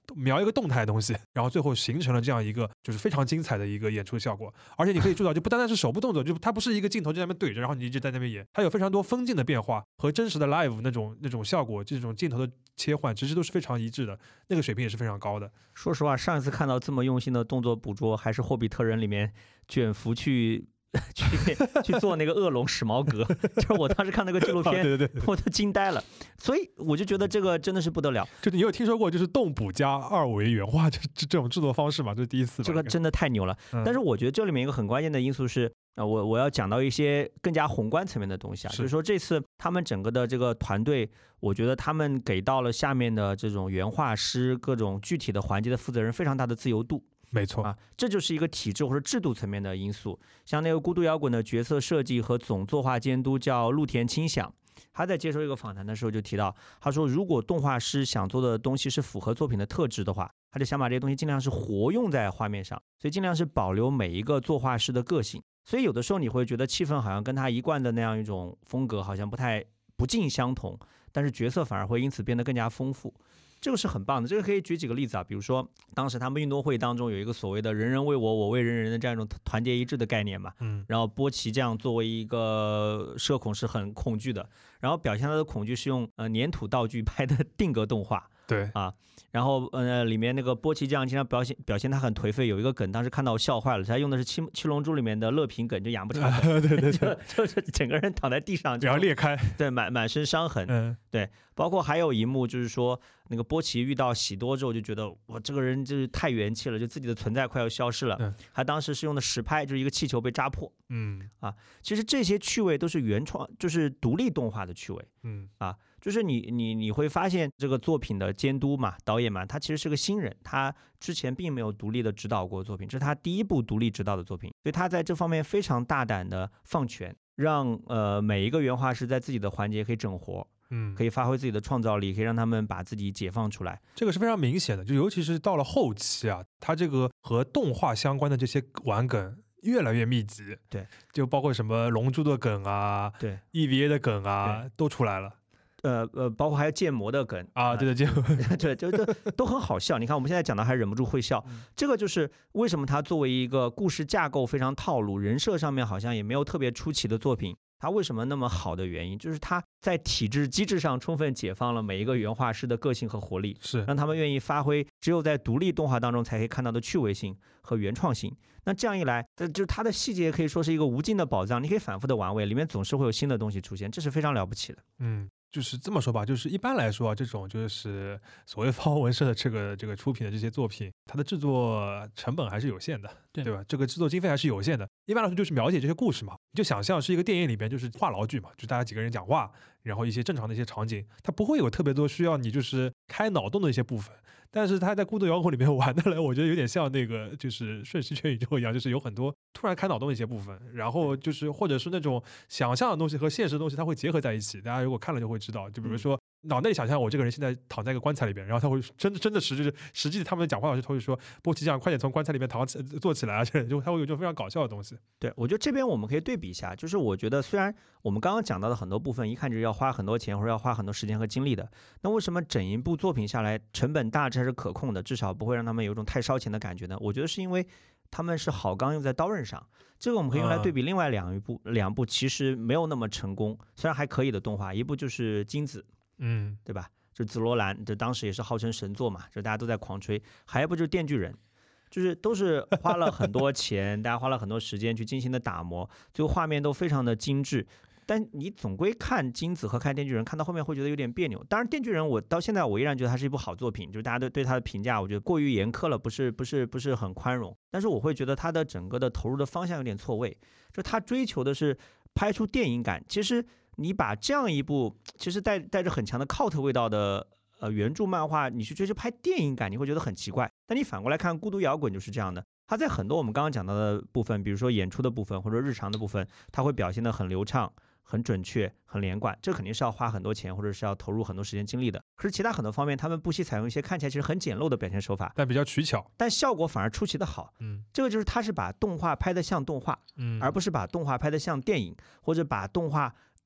描一个动态的东西，然后最后形成了这样一个就是非常精彩的一个演出效果。而且你可以注意到，就不单单是手部动作，就它不是一个镜头就在那边对着，然后你一直在那边演，它有非常多分镜的变化和真实的 live 那种那种效果，这种镜头的切换其实都是非常一致的，那个水平也是非常高的。 说实话，上一次看到这么用心的动作捕捉，还是《霍比特人》里面卷福去。去去做那个恶龙史矛革，就是我当时看那个纪录片， 哦、对对对， 我都惊呆了。所以我就觉得这个真的是不得了。 就你有听说过就是动捕加二维原画这这种制作方式吗？这是第一次。 这个真的太牛了。嗯、但是我觉得这里面一个很关键的因素是，呃，我我要讲到一些更加宏观层面的东西啊，是就是说这次他们整个的这个团队，我觉得他们给到了下面的这种原画师各种具体的环节的负责人非常大的自由度。 没错啊，这就是一个体制或者制度层面的因素。像那个孤独摇滚的角色设计和总作画监督叫陆田清响，他在接受一个访谈的时候就提到，他说如果动画师想做的东西是符合作品的特质的话，他就想把这些东西尽量是活用在画面上，所以尽量是保留每一个作画师的个性。所以有的时候你会觉得气氛好像跟他一贯的那样一种风格好像不太不尽相同，但是角色反而会因此变得更加丰富。这个是很棒的，这个可以举几个例子啊，比如说当时他们运动会当中有一个所谓的人人为我我为人人的这样一种团结一致的概念嘛， 嗯， 然后波奇这样作为一个社恐是很恐惧的，然后表现他的恐惧是用呃粘土道具拍的定格动画， 对啊，然后呃里面那个波奇这样经常表现表现他很颓废，有一个梗当时看到我笑坏了，他用的是七七龙珠里面的乐平梗，就养不长， 对对对， 就就是整个人躺在地上， 然后裂开， 对，满满身伤痕， 嗯， 对，包括还有一幕就是说那个波奇遇到喜多之后就觉得我这个人就是太元气了，就自己的存在快要消失了， 嗯， 他当时是用的实拍，就是一个气球被扎破， 嗯啊，其实这些趣味都是原创，就是独立动画的趣味， 嗯啊。就是你你你会发现这个作品的监督嘛，导演嘛，他其实是个新人，他之前并没有独立的指导过作品，这是他第一部独立指导的作品，所以他在这方面非常大胆的放权，让呃每一个原画师在自己的环节可以整活， 嗯， 可以发挥自己的创造力，可以让他们把自己解放出来。 这个是非常明显的，就尤其是到了后期啊，他这个和动画相关的这些玩梗越来越密集， 对， 就包括什么龙珠的梗啊， 对 E V A 的梗啊，都出来了。 呃呃，包括还有建模的梗啊，对对建模， 对，就就都很好笑。你看我们现在讲的还忍不住会笑， 嗯、 这个就是为什么它作为一个故事架构非常套路，人设上面好像也没有特别出奇的作品，它为什么那么好的原因，就是它在体制机制上充分解放了每一个原画师的个性和活力， 是让他们愿意发挥只有在独立动画当中才可以看到的趣味性和原创性。那这样一来，就是它的细节可以说是一个无尽的宝藏，你可以反复的玩味，里面总是会有新的东西出现，这是非常了不起的。 嗯。就是这么说吧，就是一般来说啊，这种就是所谓方文社的这个这个出品的这些作品，它的制作成本还是有限的，对对吧？这个制作经费还是有限的。一般来说就是描写这些故事嘛，你就想象是一个电影里边就是话痨剧嘛，就大家几个人讲话，然后一些正常的一些场景，它不会有特别多需要你就是开脑洞的一些部分。但是他在孤独摇滚里面玩的来，我觉得有点像那个就是瞬息全宇宙一样，就是有很多突然开脑洞的一些部分，然后就是或者是那种想象的东西和现实的东西，它会结合在一起。大家如果看了就会知道，就比如说脑内想象我这个人现在躺在一个棺材里边，然后他会真真的实际实际他们讲话的时候会说波奇酱快点从棺材里面躺起坐起来啊，这就他会有一种非常搞笑的东西。 对，我觉得这边我们可以对比一下，就是我觉得虽然我们刚刚讲到的很多部分一看就是要花很多钱或者要花很多时间和精力的，那为什么整一部作品下来成本大致还是可控的，至少不会让他们有一种太烧钱的感觉呢？我觉得是因为他们是好钢用在刀刃上。这个我们可以用来对比另外两部、嗯、两部其实没有那么成功，虽然还可以的动画，一部就是金子， 嗯， 对吧？就紫罗兰，这当时也是号称神作嘛，就大家都在狂吹。还有一部就是电锯人，就是都是花了很多钱，大家花了很多时间去精心的打磨，最后画面都非常的精致。但你总归看金子和看电锯人，看到后面会觉得有点别扭。当然，电锯人我到现在我依然觉得它是一部好作品，就是大家对对它的评价，我觉得过于严苛了，不是不是不是很宽容。但是我会觉得它的整个的投入的方向有点错位，就它追求的是拍出电影感。其实你把这样一部其实带带着很强的 cult 味道的呃原著漫画，你去追求拍电影感，你会觉得很奇怪。但你反过来看《孤独摇滚》就是这样的。它在很多我们刚刚讲到的部分，比如说演出的部分或者日常的部分，它会表现得很流畅、很准确、很连贯，这肯定是要花很多钱或者是要投入很多时间精力的。可是其他很多方面，他们不惜采用一些看起来其实很简陋的表现手法， 但比较取巧， 但效果反而出奇的好。 嗯， 这个就是他是把动画拍得像动画， 嗯， 而不是把动画拍得像电影，或者把动画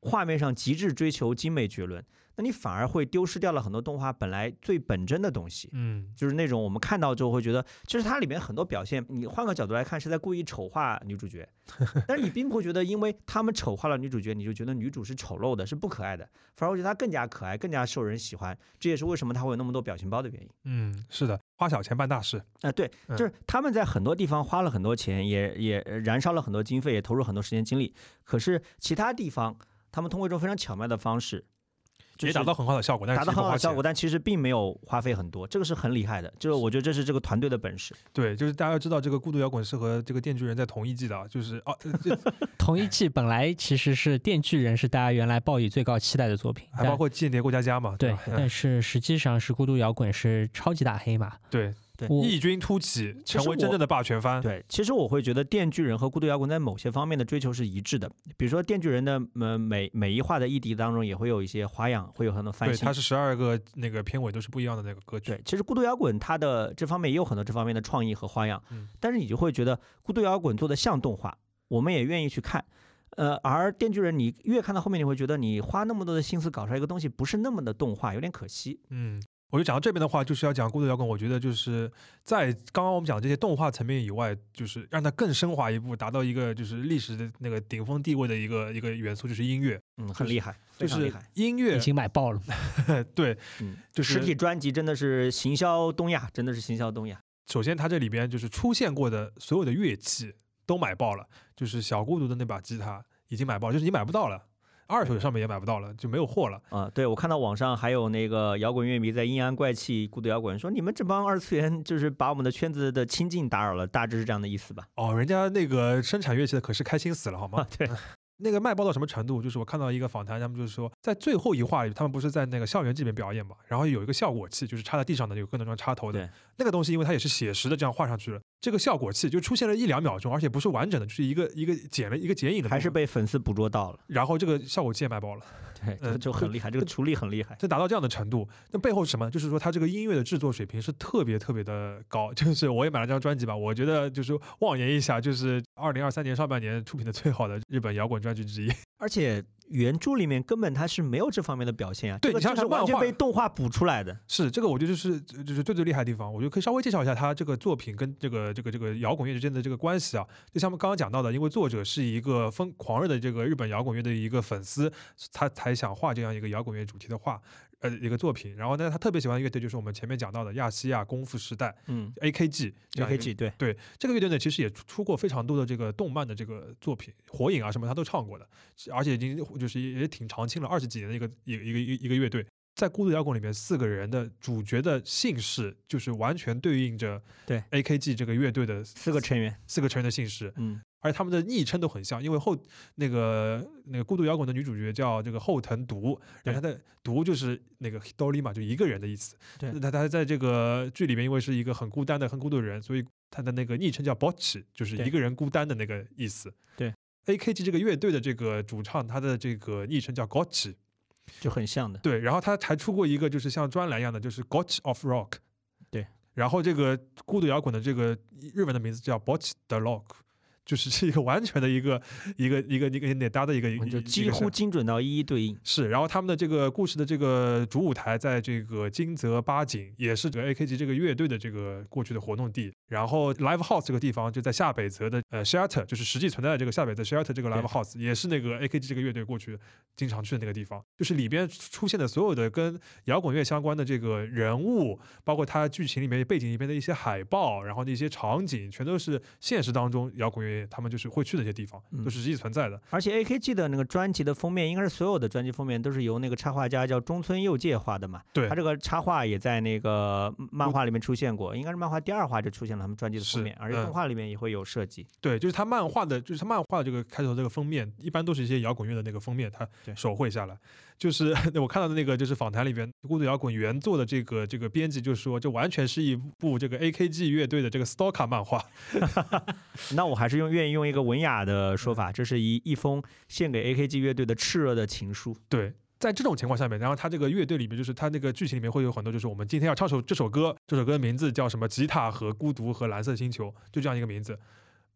画面上极致追求精美绝伦，那你反而会丢失掉了很多动画本来最本真的东西。 嗯， 就是那种我们看到之后会觉得，其实它里面很多表现，你换个角度来看是在故意丑化女主角，但是你并不会觉得，因为他们丑化了女主角，你就觉得女主是丑陋的，是不可爱的，反而我觉得她更加可爱，更加受人喜欢。这也是为什么她会有那么多表情包的原因。 嗯，是的，花小钱办大事。 啊、呃，对， 嗯就是他们在很多地方花了很多钱，也也燃烧了很多经费，也投入很多时间精力。可是其他地方，他们通过一种非常巧妙的方式， 也达到很好的效果，但是达到很好的效果， 但但其实并没有花费很多，这个是很厉害的。就是我觉得这是这个团队的本事。 对，就是大家要知道，这个《孤独摇滚》是和这个《电锯人》在同一季的啊，就是哦，这同一季本来其实是《电锯人》是大家原来抱以最高期待的作品， 还包括《间谍过家家》嘛， 对吧， 但是实际上是《孤独摇滚》是超级大黑马。 对。 对， 异军突起，成为真正的霸权番。 对，其实我会觉得《电锯人》和《孤独摇滚》在某些方面的追求是一致的。比如说，《电锯人》的呃每每一话的 E D 当中也会有一些花样，会有很多翻新。 对，它是十二个那个片尾都是不一样的那个歌曲。 对，其实《孤独摇滚》它的这方面也有很多这方面的创意和花样， 嗯、 但是你就会觉得《孤独摇滚》做的像动画，我们也愿意去看。呃，而《电锯人》你越看到后面，你会觉得你花那么多的心思搞出来一个东西，不是那么的动画，有点可惜。 嗯。我就讲到这边的话，就是要讲《孤独摇滚》，我觉得就是在刚刚我们讲这些动画层面以外，就是让它更升华一步，达到一个就是历史的那个顶峰地位的一个一个元素，就是音乐。 嗯，很厉害， 就是音乐已经买爆了。 对， 嗯， 就是实体专辑真的是行销东亚，真的是行销东亚。 首先，它这里边就是出现过的所有的乐器都买爆了，就是小孤独的那把吉他已经买爆了，就是你买不到了。二手上面也买不到了，就没有货了啊！对，我看到网上还有那个摇滚乐迷在阴阳怪气孤独摇滚说，你们这帮二次元就是把我们的圈子的清净打扰了，大致是这样的意思吧？ 哦，人家那个生产乐器的可是开心死了，好吗？ 啊、对。 那个卖爆到什么程度？就是我看到一个访谈，他们就是说，在最后一话里，他们不是在那个校园这边表演嘛，然后有一个效果器，就是插在地上的有个那种插头的那个东西，因为它也是写实的这样画上去了，这个效果器就出现了一两秒钟，而且不是完整的，就是一个一个剪了一个剪影的， 还是被粉丝捕捉到了， 然后这个效果器也卖爆了。 对，这就很厉害，这个处理很厉害， 就达到这样的程度。那背后是什么？就是说他这个音乐的制作水平是特别特别的高。就是我也买了张专辑吧，我觉得就是妄言一下，就是二零二三年上半年出品的最好的日本摇滚专辑之一。 而且原著里面根本它是没有这方面的表现啊， 对， 这个你像是完全被动画补出来的。 是这个，我觉得就是就是最最厉害的地方。我觉得可以稍微介绍一下他这个作品跟这个这个这个摇滚乐之间的这个关系啊。就像我们刚刚讲到的，因为作者是一个疯狂热的这个日本摇滚乐的一个粉丝，他才想画这样一个摇滚乐主题的画。呃，一个作品，然后呢，他特别喜欢的乐队就是我们前面讲到的亚细亚功夫时代， 嗯 ，A K G，A K G 对对，这个乐队呢，其实也出过非常多的这个动漫的这个作品，火影啊什么他都唱过的，而且已经就是也挺长青了，二十几年的一个一个一个一个乐队，在孤独摇滚里面，四个人的主角的姓氏就是完全对应着对 A K G 这个乐队的四个成员， 四个成员的姓氏， 嗯。 而且他们的昵称都很像，因为后那个那个孤独摇滚的女主角叫这个后藤独，然后她的独就是那个 Hidori 嘛，就一个人的意思。 对， 她她在这个剧里面，因为是一个很孤单的、很孤独的人，所以她的那个昵称叫 Botch， 就是一个人孤单的那个意思。 对 ，A K G 这个乐队的这个主唱，他的这个昵称叫 Gotch， 就很像的。 对，然后他还出过一个就是像专栏一样的，就是 Gotch of Rock。 对， 然后这个孤独摇滚的这个日文的名字叫 Botch the Rock。就是是一个完全的一个一个一个一个内搭的一个， 就几乎精准到一一对应。 是，然后他们的这个故事的这个主舞台在这个金泽八景，也是这个 A K G 这个乐队的这个过去的活动地。然后 Live House 这个地方就在下北泽的呃 Shelter， 就是实际存在的这个下北泽 Shelter 这个 Live House， 也是那个 A K G 这个乐队过去经常去的那个地方。就是里边出现的所有的跟摇滚乐相关的这个人物，包括它剧情里面背景里面的一些海报，然后那些场景，全都是现实当中摇滚乐他们就是会去的一些地方，都是实际存在的。 嗯、而且 A K G 的那个专辑的封面，应该是所有的专辑封面都是由那个插画家叫中村佑介画的嘛。 对， 他这个插画也在那个漫画里面出现过，应该是漫画第二话就出现了他们专辑的封面，而且动画里面也会有设计。 嗯、对，就是他漫画的，就是他漫画的这个开头这个封面，一般都是一些摇滚乐的那个封面，他手绘下来。就是我看到的那个，就是访谈里边孤独摇滚原作的这个这个编辑就说，这完全是一部这个 A K G 乐队的这个 Stalker 漫画。 那我还是用愿意用一个文雅的说法，这是一一封献给 A K G 乐队的炽热的情书。 对。在这种情况下面，然后他这个乐队里面，就是他那个剧情里面会有很多，就是我们今天要唱首这首歌，这首歌的名字叫什么？吉他和孤独和蓝色星球，就这样一个名字。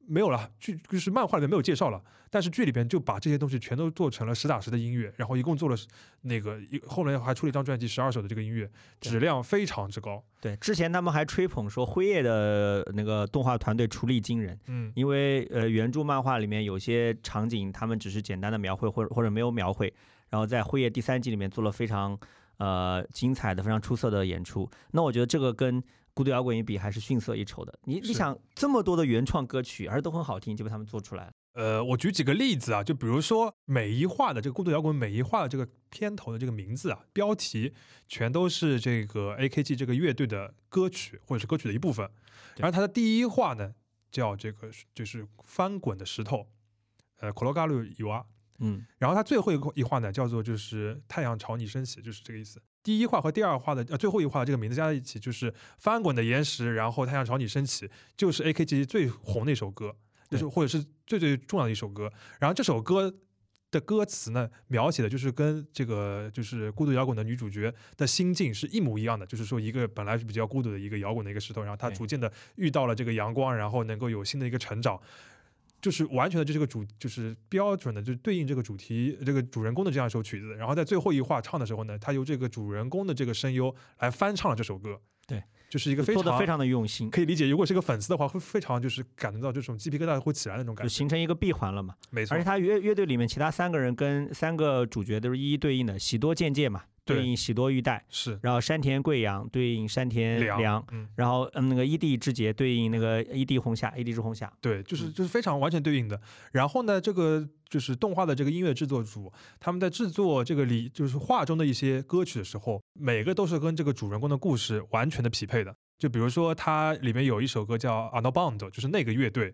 没有了，剧就是漫画里面没有介绍了，但是剧里边就把这些东西全都做成了实打实的音乐，然后一共做了那个后来还出了一张专辑十二首的这个音乐，质量非常之高。 对，之前他们还吹捧说辉夜的那个动画团队处理惊人， 嗯， 因为呃原著漫画里面有些场景他们只是简单的描绘或者或者没有描绘，然后在辉夜第三季里面做了非常呃精彩的非常出色的演出。那我觉得这个跟孤独摇滚一比还是逊色一筹的。你你想这么多的原创歌曲，而且都很好听，就被他们做出来了。 呃，我举几个例子啊，就比如说每一话的这个孤独摇滚每一话的这个片头的这个名字啊，标题全都是这个 A K G 这个乐队的歌曲或者是歌曲的一部分。然后它的第一话呢叫这个就是翻滚的石头，呃 ，Korogaru Iwa。 嗯， 然后它最后一话呢叫做就是太阳朝你升起，就是这个意思。第一话和第二话的呃最后一话的这个名字加在一起就是翻滚的岩石，然后太阳朝你升起，就是 A K G 最红的一首歌，就是或者是最最重要的一首歌。然后这首歌的歌词呢，描写的就是跟这个就是孤独摇滚的女主角的心境是一模一样的，就是说一个本来是比较孤独的一个摇滚的一个石头，然后她逐渐的遇到了这个阳光，然后能够有新的一个成长。就是完全的，就这个主就是标准的，就是对应这个主题这个主人公的这样一首曲子。然后在最后一话唱的时候呢，他由这个主人公的这个声优来翻唱了这首歌。 对， 就是一个非常做的非常的用心， 可以理解。如果是个粉丝的话，会非常就是感觉到这种鸡皮疙瘩会起来的那种感觉， 就形成一个闭环了嘛。 没错。 而且他乐乐队里面其他三个人跟三个主角都是一一对应的，喜多健介嘛。对应喜多玉带是， 然后山田贵阳对应山田凉， 嗯， 然后嗯那个伊地之杰对应那个伊地红夏，伊地之红夏， 对，就是就是非常完全对应的。然后呢，这个就是动画的这个音乐制作组，他们在制作这个里就是画中的一些歌曲的时候，每个都是跟这个主人公的故事完全的匹配的。就比如说，它里面有一首歌叫 Anoband， 就是那个乐队。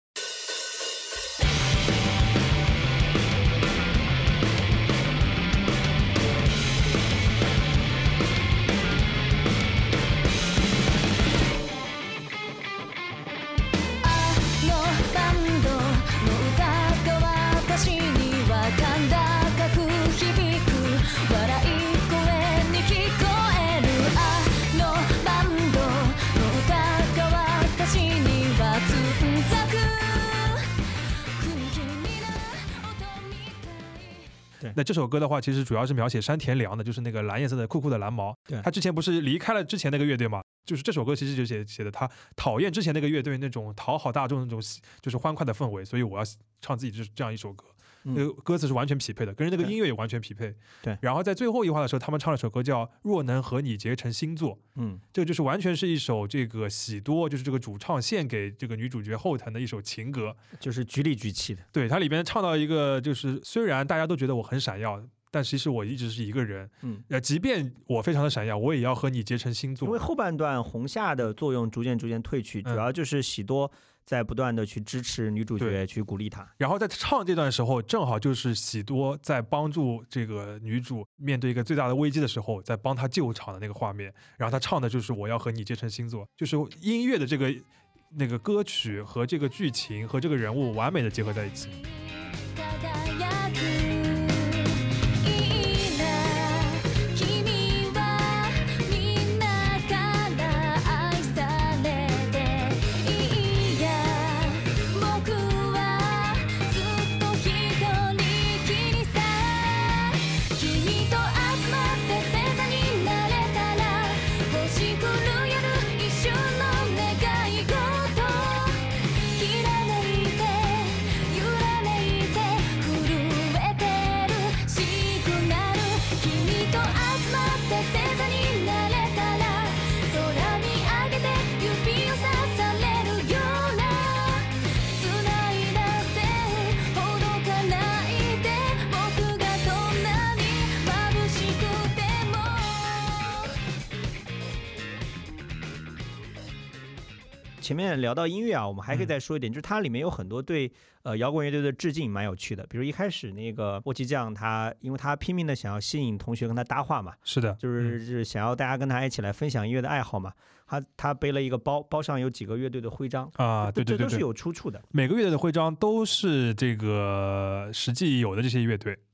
那这首歌的话，其实主要是描写山田凉的，就是那个蓝颜色的酷酷的蓝毛。 对， 他之前不是离开了之前那个乐队嘛？就是这首歌其实就写写的他讨厌之前那个乐队那种讨好大众那种就是欢快的氛围，所以我要唱自己这这样一首歌。那个歌词是完全匹配的，跟那个音乐也完全匹配。 对， 然后在最后一话的时候，他们唱了首歌叫《若能和你结成星座》。 嗯， 这个就是完全是一首这个喜多，就是这个主唱献给这个女主角后藤的一首情歌， 就是局里局气的。 对，它里边唱到一个就是虽然大家都觉得我很闪耀，但其实我一直是一个人。 嗯， 呃，即便我非常的闪耀，我也要和你结成星座。 因为后半段红夏的作用逐渐逐渐退去，主要就是喜多在不断的去支持女主角，去鼓励她。 然后在唱这段的时候，正好就是喜多在帮助这个女主面对一个最大的危机的时候，在帮她救场的那个画面。然后她唱的就是我要和你结成星座，就是音乐的这个那个歌曲和这个剧情和这个人物完美的结合在一起。 前面聊到音乐啊，我们还可以再说一点，嗯、就是它里面有很多对呃摇滚乐队的致敬，蛮有趣的。比如一开始那个波奇酱，他因为他拼命的想要吸引同学跟他搭话嘛， 是的， 就是就是想要大家跟他一起来分享音乐的爱好嘛。他他背了一个包，包上有几个乐队的徽章啊，对对对， 这都是有出处的。 每个乐队的徽章都是这个实际有的这些乐队。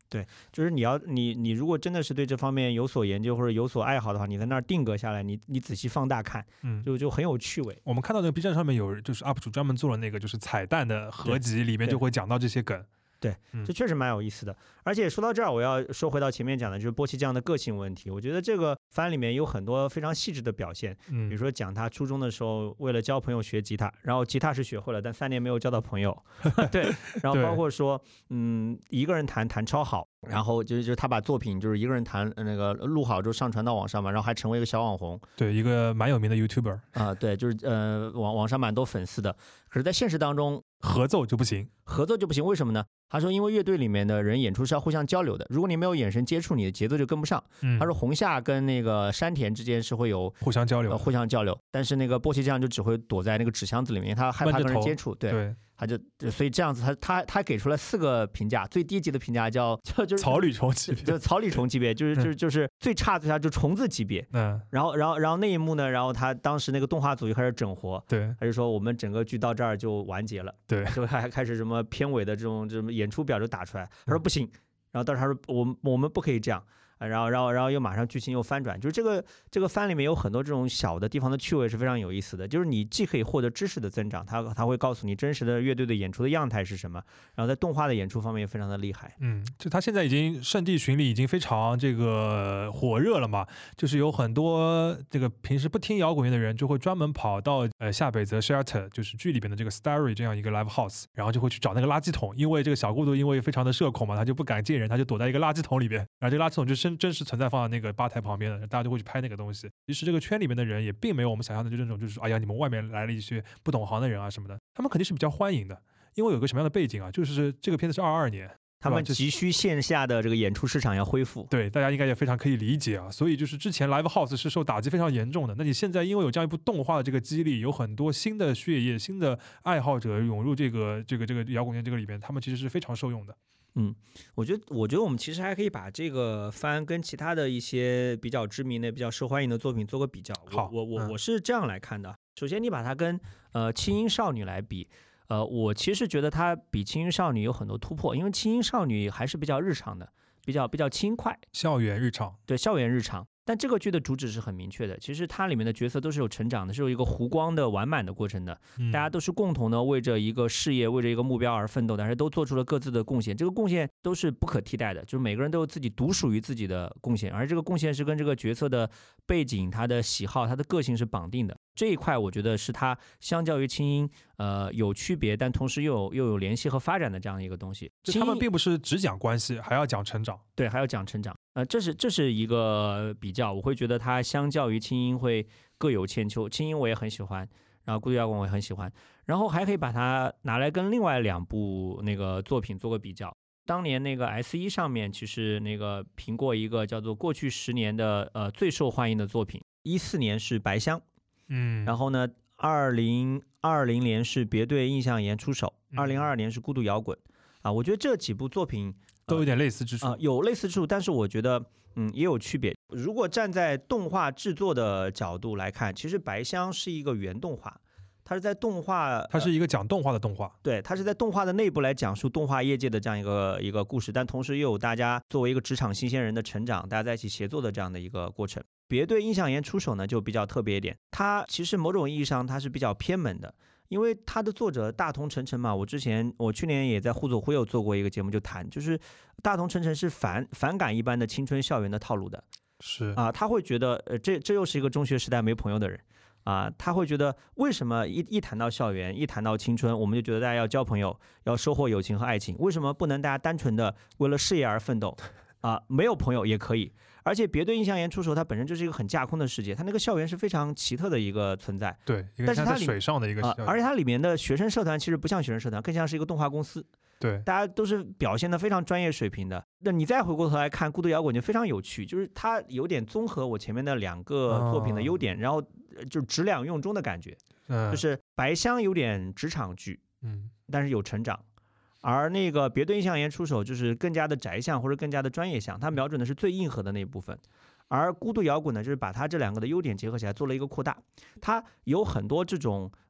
对，就是你要你你如果真的是对这方面有所研究或者有所爱好的话，你在那儿定格下来，你你仔细放大看， 嗯， 就就很有趣味。 我们看到那个 B 站上面有就是 U P 主专门做了那个就是彩蛋的合集，里面就会讲到这些梗。 对，这确实蛮有意思的。而且说到这儿，我要说回到前面讲的，就是波奇酱的个性问题。我觉得这个番里面有很多非常细致的表现， 嗯， 比如说讲他初中的时候为了交朋友学吉他，然后吉他是学会了，但三年没有交到朋友。对，然后包括说，嗯，一个人弹弹超好，然后就就是他把作品就是一个人弹那个录好之后上传到网上嘛，然后还成为一个小网红。 对，一个蛮有名的 YouTuber 啊、呃，对，就是呃网网上蛮多粉丝的。可是，在现实当中， 合奏就不行， 合奏就不行，为什么呢？他说，因为乐队里面的人演出是要互相交流的，如果你没有眼神接触，你的节奏就跟不上。 嗯、 他说，红夏跟那个山田之间是会有互相交流、 呃，互相交流，但是那个波奇酱就只会躲在那个纸箱子里面，他害怕跟人接触，对。 对， 他就所以这样子他，他他他给出了四个评价，最低级的评价叫叫就是草履虫级别， 就草履虫级别，就是就是就是最差最差就虫子级别。 嗯， 然后然后然后那一幕呢，然后他当时那个动画组就开始整活， 对， 他就说我们整个剧到这儿就完结了， 对， 就还开始什么片尾的这种这种演出表就打出来，他说不行，然后当时他说我我们不可以这样。然后，然后，然后又马上剧情又翻转，就是这个这个番里面有很多这种小的地方的趣味是非常有意思的。就是你既可以获得知识的增长，它它会告诉你真实的乐队的演出的样态是什么，然后在动画的演出方面也非常的厉害。 嗯，就他现在已经圣地巡礼已经非常这个火热了嘛，就是有很多这个平时不听摇滚乐的人就会专门跑到呃下北泽 Shelter， 就是剧里边的这个 Starry 这样一个 live house， 然后就会去找那个垃圾桶，因为这个小孤独因为非常的社恐嘛，他就不敢见人，他就躲在一个垃圾桶里边，然后这个垃圾桶就真真实存在放在那个吧台旁边的，大家就会去拍那个东西。其实这个圈里面的人也并没有我们想象的就这种，就是哎呀你们外面来了一些不懂行的人啊什么的，他们肯定是比较欢迎的，因为有个什么样的背景啊，就是这个片子是二二年。 他们急需线下的这个演出市场要恢复， 对，大家应该也非常可以理解啊。所以就是之前 Live House 是受打击非常严重的，那你现在因为有这样一部动画的这个激励，有很多新的血液、新的爱好者涌入这个这个这个摇滚乐这个里边，他们其实是非常受用的。 嗯，我觉得，我觉得我们其实还可以把这个番跟其他的一些比较知名的、比较受欢迎的作品做个比较。 好， 我我、 嗯、 我是这样来看的。首先，你把它跟呃轻音少女来比。呃，我其实觉得它比轻音少女有很多突破，因为轻音少女还是比较日常的，比较比较轻快， 校园日常， 对，校园日常。但这个剧的主旨是很明确的，其实它里面的角色都是有成长的，是有一个弧光的完满的过程的， 嗯、 大家都是共同的为着一个事业、为着一个目标而奋斗，但是都做出了各自的贡献，这个贡献都是不可替代的，就是每个人都有自己独属于自己的贡献，而这个贡献是跟这个角色的背景、他的喜好、他的个性是绑定的。这一块我觉得是它相较于轻音，呃，有区别，但同时又有又有联系和发展的这样一个东西。 就他们并不是只讲关系，还要讲成长。 对，还要讲成长。呃，这是这是一个比较，我会觉得它相较于轻音会各有千秋。轻音我也很喜欢，然后孤独摇滚我也很喜欢，然后还可以把它拿来跟另外两部那个作品做个比较。当年那个 S 一 上面其实那个评过一个叫做过去十年的呃最受欢迎的作品，一四年是白箱。 嗯， 然后呢，二零二零年是别对印象岩出手，二零二二年是孤独摇滚，啊，我觉得这几部作品、呃、 都有点类似之处啊、呃，有类似之处，但是我觉得嗯也有区别。如果站在动画制作的角度来看，其实白箱是一个原动画，它是在动画， 它是一个讲动画的动画， 呃、对，它是在动画的内部来讲述动画业界的这样一个一个故事，但同时又有大家作为一个职场新鲜人的成长，大家在一起协作的这样的一个过程。别对印象岩出手呢就比较特别一点，它其实某种意义上它是比较偏门的，因为它的作者大同晨晨嘛，我之前我去年也在互左忽右做过一个节目就谈，就是大同晨晨是反反感一般的青春校园的套路的， 是啊，他会觉得呃这这又是一个中学时代没朋友的人啊，他会觉得为什么一一谈到校园，一谈到青春，我们就觉得大家要交朋友，要收获友情和爱情，为什么不能大家单纯的为了事业而奋斗啊？没有朋友也可以。而且别对印象岩出手，它本身就是一个很架空的世界，它那个校园是非常奇特的一个存在。 对，但是它在水上的一个、 呃，而且它里面的学生社团其实不像学生社团，更像是一个动画公司。 对， 大家都是表现得非常专业水平的。那你再回过头来看孤独摇滚就非常有趣，就是它有点综合我前面的两个作品的优点，哦、然后就质两用中的感觉。 嗯， 就是白箱有点职场剧， 嗯， 但是有成长。而那个别对印象岩出手就是更加的宅向或者更加的专业向，它瞄准的是最硬核的那一部分。而孤独摇滚呢，就是把它这两个的优点结合起来做了一个扩大，它有很多这种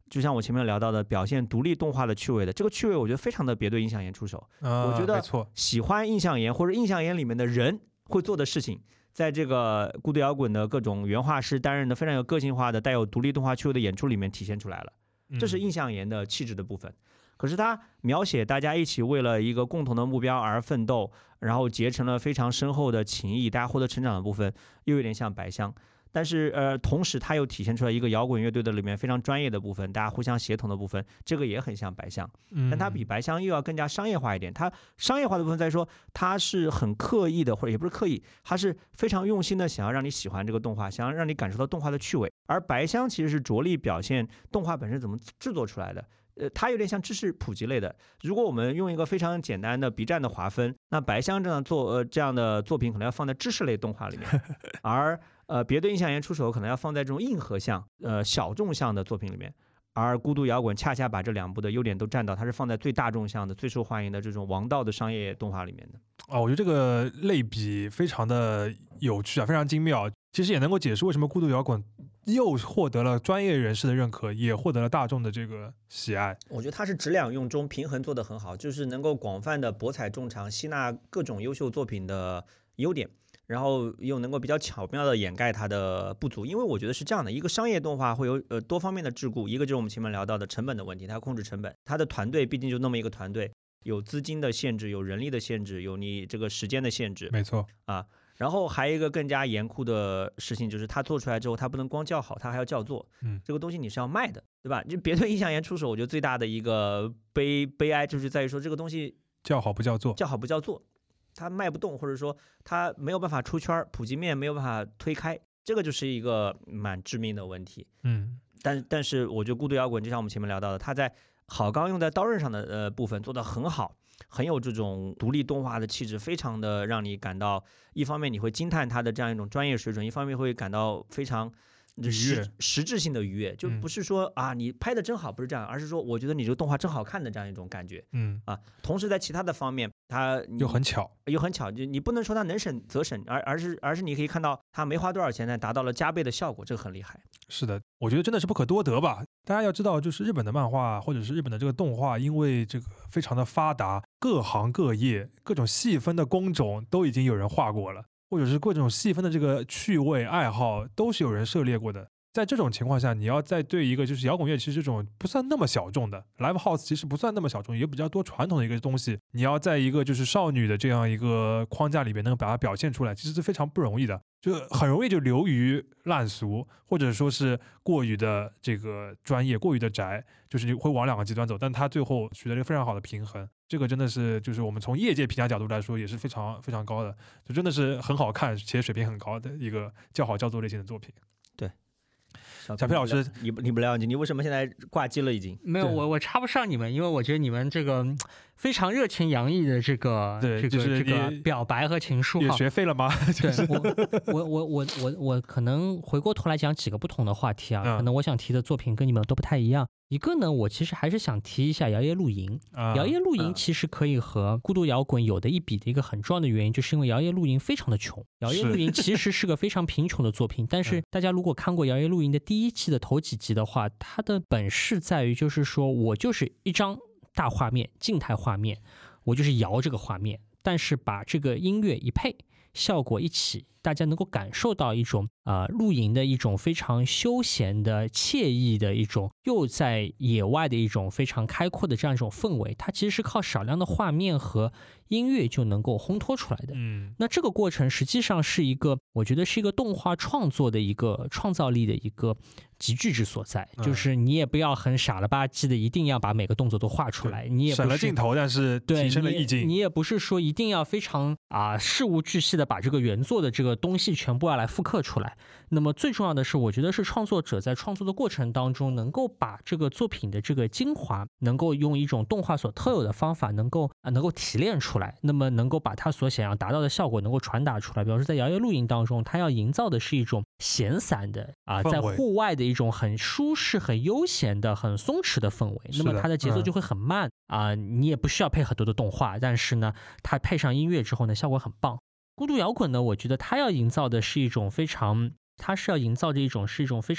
就像我前面聊到的，表现独立动画的趣味的这个趣味，我觉得非常的别对印象岩出手。 呃、 我觉得没错， 喜欢印象岩或者印象岩里面的人会做的事情，在这个孤独摇滚的各种原画师担任的非常有个性化的、带有独立动画趣味的演出里面体现出来了。这是印象岩的气质的部分。嗯、可是他描写大家一起为了一个共同的目标而奋斗，然后结成了非常深厚的情谊，大家获得成长的部分，又有点像白箱。但是呃，同时它又体现出来一个摇滚乐队的里面非常专业的部分，大家互相协同的部分，这个也很像白箱，但它比白箱又要更加商业化一点。它商业化的部分在说，它是很刻意的，或者也不是刻意，它是非常用心的，想要让你喜欢这个动画，想要让你感受到动画的趣味。而白箱其实是着力表现动画本身怎么制作出来的。呃，它有点像知识普及类的。如果我们用一个非常简单的 B 站的划分，那白箱这样做呃这样的作品可能要放在知识类动画里面，而呃别对印象岩出手可能要放在这种硬核向、呃小众向的作品里面。而孤独摇滚恰恰把这两部的优点都占到，它是放在最大众向的、最受欢迎的这种王道的商业动画里面的。 哦，我觉得这个类比非常的有趣啊，非常精妙。其实也能够解释为什么孤独摇滚又获得了专业人士的认可，也获得了大众的这个喜爱。 我觉得它是质两用中平衡做得很好，就是能够广泛的博采众长，吸纳各种优秀作品的优点，然后又能够比较巧妙的掩盖它的不足。因为我觉得是这样的，一个商业动画会有呃多方面的桎梏，一个就是我们前面聊到的成本的问题，它要控制成本，它的团队毕竟就那么一个团队，有资金的限制，有人力的限制，有你这个时间的限制， 没错啊。然后还有一个更加严酷的事情，就是它做出来之后，它不能光叫好，它还要叫座。 嗯，这个东西你是要卖的，对吧？就别对印象岩出手，我觉得最大的一个悲悲哀就是在于说，这个东西叫好不叫座， 叫好不叫座，它卖不动，或者说它没有办法出圈，普及面没有办法推开，这个就是一个蛮致命的问题。 嗯， 但但是我觉得孤独摇滚就像我们前面聊到的，它在好钢用在刀刃上的呃部分做得很好。很有这种独立动画的气质，非常的让你感到，一方面你会惊叹它的这样一种专业水准，一方面会感到非常实实质性的愉悦，就不是说、嗯、啊你拍的真好，不是这样，而是说我觉得你这个动画真好看的这样一种感觉。 嗯啊，同时在其他的方面，它又很巧， 又很巧，就你不能说它能省则省，而而是而是你可以看到它没花多少钱呢，达到了加倍的效果，这个很厉害。 是的，我觉得真的是不可多得吧。大家要知道，就是日本的漫画或者是日本的这个动画，因为这个非常的发达，各行各业各种细分的工种都已经有人画过了，或者是各种细分的这个趣味爱好都是有人涉猎过的。在这种情况下，你要再对一个就是摇滚乐，其实这种不算那么小众的 live house 其实不算那么小众，也比较多传统的一个东西，你要在一个就是少女的这样一个框架里边能把它表现出来，其实是非常不容易的，就很容易就流于烂俗，或者说是过于的这个专业，过于的宅，就是你会往两个极端走，但它最后取得了一个非常好的平衡。这个真的是就是我们从业界评价角度来说也是非常非常高的，就真的是很好看且水平很高的一个叫好叫座类型的作品。 对， 小皮老师， 你不你不了解，你为什么现在挂机了？已经没有，我我插不上你们，因为我觉得你们这个非常热情洋溢的这个对这个、 就是、 这个表白和情书， 也学废了吗？就对是、 我我我我我我可能回过头来讲几个不同的话题啊， 嗯、 可能我想提的作品跟你们都不太一样。一个呢，我其实还是想提一下摇曳露营。 啊、 摇曳露营其实可以和孤独摇滚有的一比的一个很重要的原因，就是因为摇曳露营非常的穷。摇曳露营其实是个非常贫穷的作品，但是大家如果看过摇曳露营的第一期的头几集的话，它的本事在于就是说我就是一张大画面，静态画面，我就是摇这个画面，但是把这个音乐一配，效果一起，大家能够感受到一种啊、呃、露营的一种非常休闲的惬意的一种，又在野外的一种非常开阔的这样一种氛围，它其实是靠少量的画面和音乐就能够烘托出来的。 嗯， 那这个过程实际上是一个，我觉得是一个动画创作的一个创造力的一个极致之所在， 嗯、 就是你也不要很傻了吧唧的一定要把每个动作都画出来，你也不是省了镜头，但是提升了意境。 你, 你也不是说一定要非常啊事无巨细的把这个原作的这个东西全部要来复刻出来。那么最重要的是，我觉得是创作者在创作的过程当中，能够把这个作品的这个精华，能够用一种动画所特有的方法，能够啊能够提炼出来，那么能够把它所想要达到的效果能够传达出来。比如说在摇曳露营当中，它要营造的是一种闲散的啊，在户外的一种很舒适、很悠闲的、很松弛的氛围。那么它的节奏就会很慢、嗯、啊，你也不需要配很多的动画，但是呢，它配上音乐之后呢，效果很棒。孤独摇滚呢，我觉得它要营造的是一种非常，它是要营造的一种是一种非常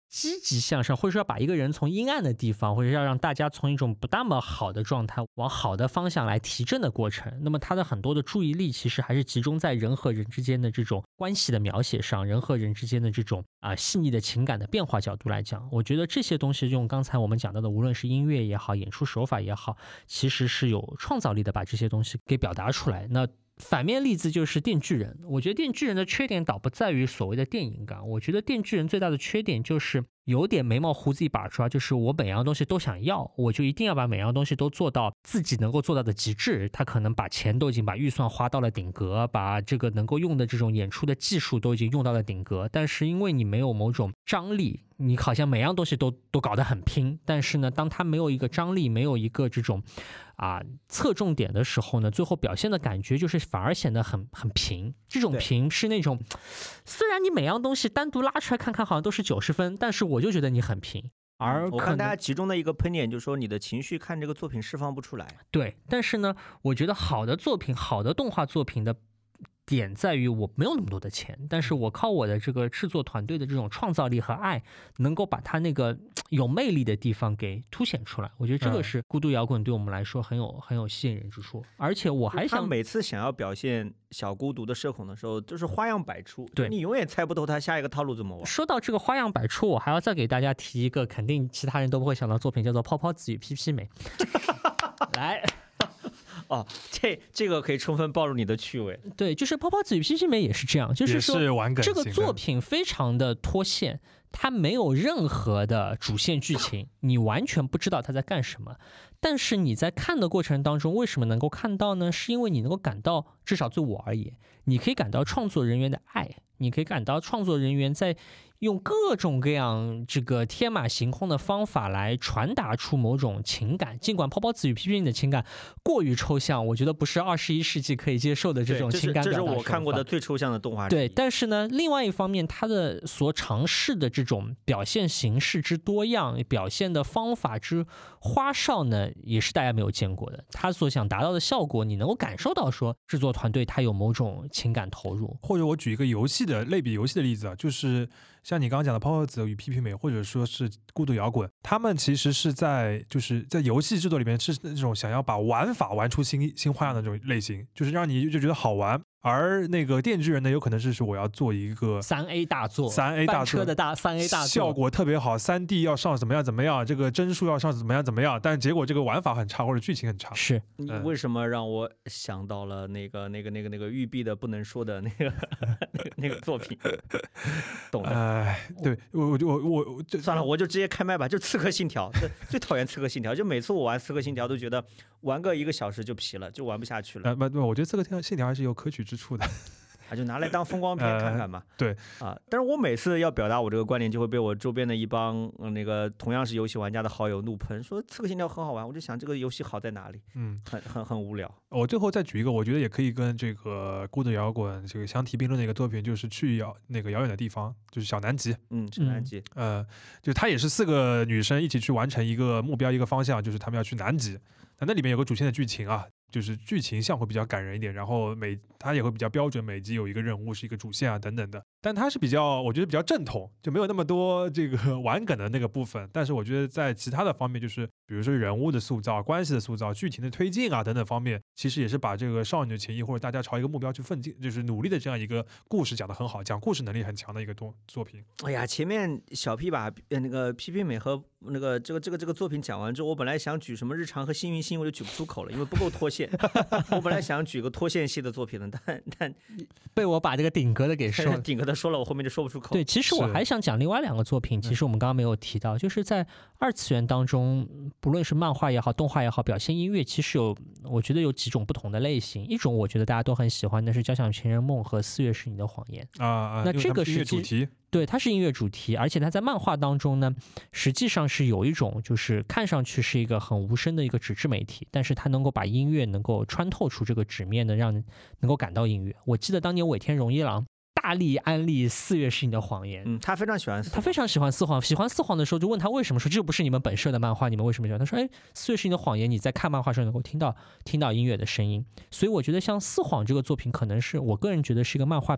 积极向上，或者说要把一个人从阴暗的地方，或者要让大家从一种不那么好的状态往好的方向来提振的过程。那么他的很多的注意力其实还是集中在人和人之间的这种关系的描写上，人和人之间的这种啊、呃、细腻的情感的变化角度来讲，我觉得这些东西用刚才我们讲到的，无论是音乐也好，演出手法也好，其实是有创造力的把这些东西给表达出来。那反面例子就是电锯人，我觉得电锯人的缺点倒不在于所谓的电影感，我觉得电锯人最大的缺点就是有点眉毛胡子一把抓，就是我每样东西都想要，我就一定要把每样东西都做到自己能够做到的极致。他可能把钱都已经把预算花到了顶格，把这个能够用的这种演出的技术都已经用到了顶格，但是因为你没有某种张力，你好像每样东西都都搞得很拼，但是呢，当他没有一个张力，没有一个这种啊侧重点的时候呢，最后表现的感觉就是反而显得很很平。这种平是那种，虽然你每样东西单独拉出来看看好像都是九十分，但是我就觉得你很平。而我看大家集中的一个喷点就是说你的情绪看这个作品释放不出来。 对，但是呢，我觉得好的作品，好的动画作品的点在于我没有那么多的钱，但是我靠我的这个制作团队的这种创造力和爱，能够把它那个有魅力的地方给凸显出来。我觉得这个是孤独摇滚对我们来说很有很有吸引人之处。而且我还想， 他每次想要表现小孤独的社恐的时候，就是花样百出， 对， 你永远猜不透他下一个套路怎么玩。 说到这个花样百出，我还要再给大家提一个肯定其他人都不会想到作品，叫做《泡泡子与屁屁美》。来。 哦，这这个可以充分暴露你的趣味。 对，就是泡泡子与屁屁美也是这样，就是说这个作品非常的脱线，它没有任何的主线剧情，你完全不知道它在干什么。但是你在看的过程当中，为什么能够看到呢？是因为你能够感到，至少对我而言，你可以感到创作人员的爱，你可以感到创作人员在用各种各样这个天马行空的方法来传达出某种情感。尽管泡泡子与屁屁的情感过于抽象，我觉得不是二十一世纪可以接受的这种情感表达手法。 这是我看过的最抽象的动画。 对，但是呢，另外一方面，它的所尝试的这种表现形式之多样，表现的方法之花哨呢，也是大家没有见过的。他所想达到的效果，你能够感受到说制作团队他有某种情感投入。 或者我举一个游戏的类比游戏的例子啊，就是像你刚刚讲的泡泡子与屁屁美，或者说是孤独摇滚，他们其实是在就是在游戏制作里面是那种想要把玩法玩出新新花样的这种类型，就是让你就觉得好玩。而那个电锯人呢，有可能是是我要做一个三 A 大作， 三 A 大作车的大三 A 大作， 效果特别好，三 D 要上怎么样怎么样，这个帧数要上怎么样怎么样，但结果这个玩法很差或者剧情很差。 是你为什么让我想到了那个那个那个那个育碧的不能说的那个那个那个作品？懂了。 哎，对我我我我我算了，我就直接开麦吧。就刺客信条，最讨厌刺客信条，就每次我玩刺客信条都觉得玩个一个小时就疲了，就玩不下去了。 呃不不，我觉得刺客信条还是有可取之处的。 啊，就拿来当风光片看看嘛。 呃、对啊，但是我每次要表达我这个观点，就会被我周边的一帮、呃、那个同样是游戏玩家的好友怒喷，说刺客信条很好玩。我就想这个游戏好在哪里？ 嗯， 很很很无聊。 我最后再举一个，我觉得也可以跟这个孤独摇滚这个相提并论的一个作品，就是去遥那个遥远的地方，就是小南极。 嗯，小南极。 呃，就它也是四个女生一起去完成一个目标一个方向，就是她们要去南极。那那里面有个主线的剧情啊。就是剧情像会比较感人一点，然后每它也会比较标准，每集有一个任务是一个主线啊等等的，但它是比较我觉得比较正统，就没有那么多这个玩梗的那个部分。但是我觉得在其他的方面，就是比如说人物的塑造、关系的塑造、剧情的推进啊等等方面，其实也是把这个少女的情谊或者大家朝一个目标去奋进，就是努力的这样一个故事讲得很好，讲故事能力很强的一个作作品。 哎呀，前面小 P 把那个屁屁美和那个这个这个这个作品讲完之后，我本来想举什么日常和幸运星，我就举不出口了，因为不够脱线。我本来想举个脱线系的作品的，但但被我把这个顶格的给说了， 顶格的说了，我后面就说不出口。 对，其实我还想讲另外两个作品，其实我们刚刚没有提到，就是在二次元当中，不论是漫画也好，动画也好，表现音乐其实有，我觉得有几种不同的类型。一种我觉得大家都很喜欢的是《交响情人梦》和《四月是你的谎言》 啊啊， 那这个是主题。 对，它是音乐主题，而且它在漫画当中呢，实际上是有一种就是看上去是一个很无声的一个纸质媒体，但是它能够把音乐能够穿透出这个纸面的，让人能够感到音乐。我记得当年尾田荣一郎大力安利四月是你的谎言， 嗯，他非常喜欢四， 他非常喜欢四谎，喜欢四谎的时候就问他为什么，说这不是你们本社的漫画，你们为什么喜欢？他说，哎，四月是你的谎言，你在看漫画时候能够听到听到音乐的声音，所以我觉得像四谎这个作品，可能是我个人觉得是一个漫画比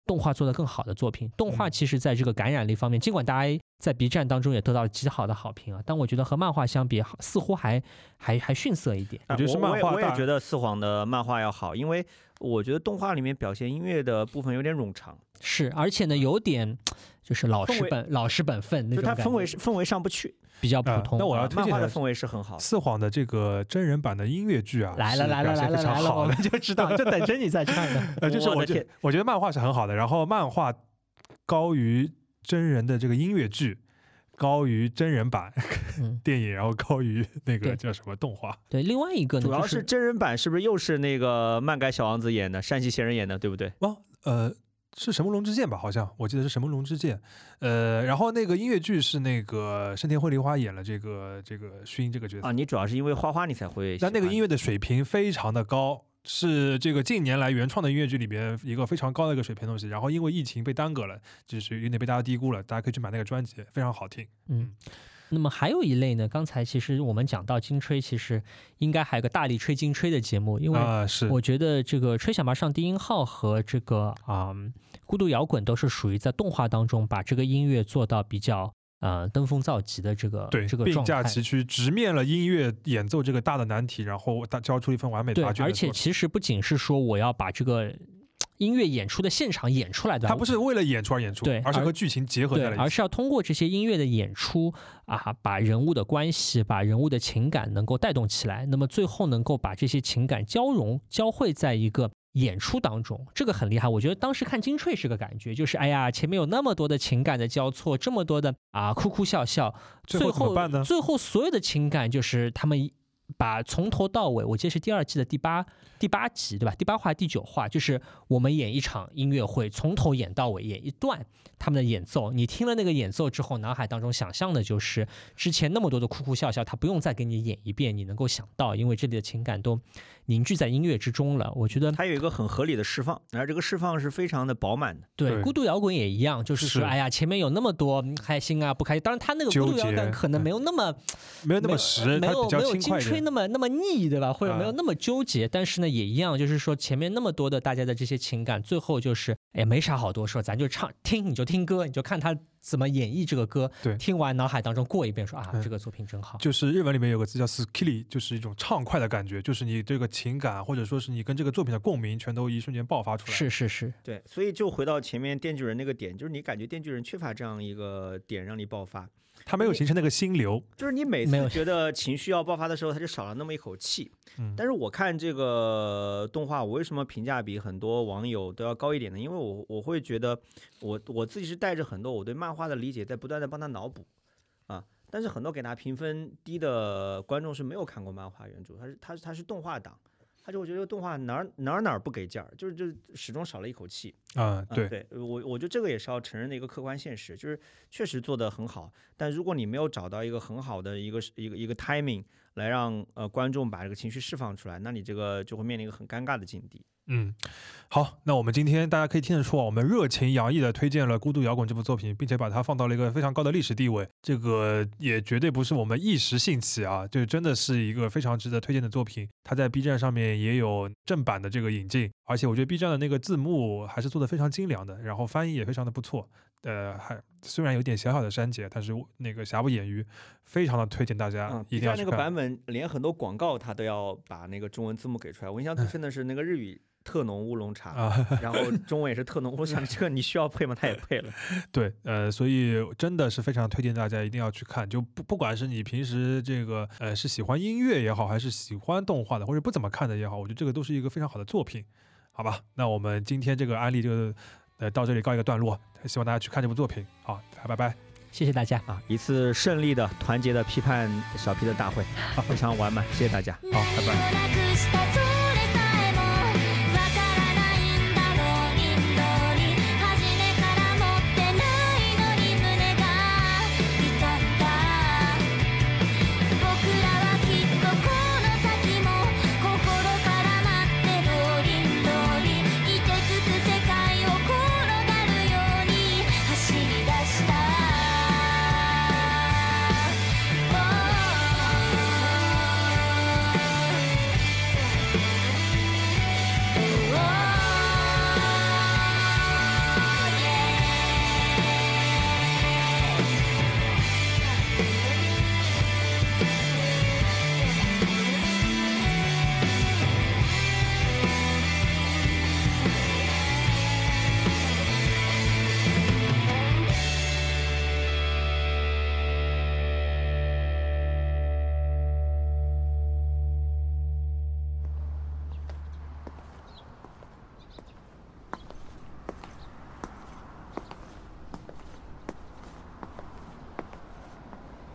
动画做得更好的作品。动画其实在这个感染力方面，尽管大家在 B 站当中也得到了极好的好评啊，但我觉得和漫画相比，似乎还还还逊色一点。 我觉得是漫画我也，我也觉得四皇的漫画要好，因为我觉得动画里面表现音乐的部分有点冗长， 是，而且呢有点就是老实本老实本分那种感觉， 就它氛围氛围上不去， 比较普通。 呃、那我要推荐漫画的氛围是很好的。 四皇的这个真人版的音乐剧啊， 来了来了来了来了，我们就知道，就等着你再唱的。 呃，就是我觉得我觉得漫画是很好的，然后漫画高于真人的这个音乐剧，高于真人版、嗯、电影，然后高于那个叫什么动画。 对，另外一个呢， 主要是真人版是不是又是那个漫改小王子演的，山崎贤人演的，对不对？ 哦，呃。是神木隆之介吧？好像我记得是神木隆之介，呃，然后那个音乐剧是那个深田绘梨花演了这个这个薰这个角色啊。你主要是因为花花你才会， 但那个音乐的水平非常的高，是这个近年来原创的音乐剧里边一个非常高的一个水平东西。然后因为疫情被耽搁了，就是有点被大家低估了，大家可以去买那个专辑，非常好听。 嗯。那么还有一类呢，刚才其实我们讲到金吹，其实应该还有个大力吹金吹的节目，因为我觉得这个吹响吧上低音号和这个啊、嗯、孤独摇滚都是属于在动画当中把这个音乐做到比较呃登峰造极的这个对这个状态， 并驾齐驱，直面了音乐演奏这个大的难题，然后交出一份完美答卷。 对，而且其实不仅是说我要把这个音乐演出的现场演出来的， 它不是为了演出而演出， 对， 而是和剧情结合在了一起， 而是要通过这些音乐的演出啊，把人物的关系、把人物的情感能够带动起来，那么最后能够把这些情感交融、交汇在一个演出当中，这个很厉害。我觉得当时看金吹是个感觉，就是哎呀，前面有那么多的情感的交错，这么多的啊哭哭笑笑， 最后怎么办呢？ 最后所有的情感就是他们把从头到尾，我记得是第二季的第八第八集对吧？第八话、第九话，就是我们演一场音乐会，从头演到尾，演一段他们的演奏。你听了那个演奏之后，脑海当中想象的就是之前那么多的哭哭笑笑，他不用再给你演一遍，你能够想到，因为这里的情感都凝聚在音乐之中了。我觉得它有一个很合理的释放，而这个释放是非常的饱满的。 对， 对孤独摇滚也一样，就是说，是哎呀，前面有那么多开心啊、不开心，当然他那个孤独摇滚可能没有那么没有那么实， 没有比较没有金吹那么那么腻，对吧？或者没有那么纠结，啊、但是呢，也一样，就是说前面那么多的大家的这些情感，最后就是哎，没啥好多说，咱就唱听，你就听歌，你就看他怎么演绎这个歌。 对， 听完脑海当中过一遍，说啊，嗯、这个作品真好。 就是日文里面有个词叫 skilly， 就是一种畅快的感觉，就是你这个情感或者说是你跟这个作品的共鸣，全都一瞬间爆发出来。 是是是， 对，所以就回到前面电锯人那个点，就是你感觉电锯人缺乏这样一个点让你爆发。 他没有形成那个心流， 就是你每次觉得情绪要爆发的时候，他就少了那么一口气。 嗯， 但是我看这个动画，我为什么评价比很多网友都要高一点呢？因为我我会觉得我我自己是带着很多我对漫画的理解，在不断的帮他脑补啊。但是很多给他评分低的观众是没有看过漫画原著，他是他他是动画党。他就会觉得这个动画哪儿哪儿哪儿不给劲儿，就是就始终少了一口气啊、嗯。对， 嗯、对我我觉得这个也是要承认的一个客观现实，就是确实做得很好，但如果你没有找到一个很好的一个一个一个 timing 来让呃观众把这个情绪释放出来，那你这个就会面临一个很尴尬的境地。 嗯，好，那我们今天大家可以听得出，我们热情洋溢的推荐了《孤独摇滚》这部作品，并且把它放到了一个非常高的历史地位。这个也绝对不是我们一时兴起啊，就真的是一个非常值得推荐的作品。它在 B 站上面也有正版的这个引进，而且我觉得 B 站的那个字幕还是做的非常精良的，然后翻译也非常的不错。呃，还虽然有点小小的删减，但是那个瑕不掩瑜，非常的推荐大家一定要去看。 嗯、那个版本连很多广告它都要把那个中文字幕给出来。我印象最深的是那个日语。特浓乌龙茶，啊、然后中文也是特浓。我想这个你需要配吗？他也配了。 对，呃，所以真的是非常推荐大家一定要去看。就不不管是你平时这个呃是喜欢音乐也好，还是喜欢动画的，或者不怎么看的也好，我觉得这个都是一个非常好的作品，好吧？那我们今天这个案例就呃到这里告一个段落，希望大家去看这部作品。好，拜拜， 谢谢大家啊！一次胜利的、团结的批判小 P 的大会，非常完满，谢谢大家。好，拜拜。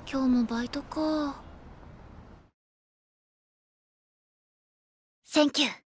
今日もバイトか。センキュー。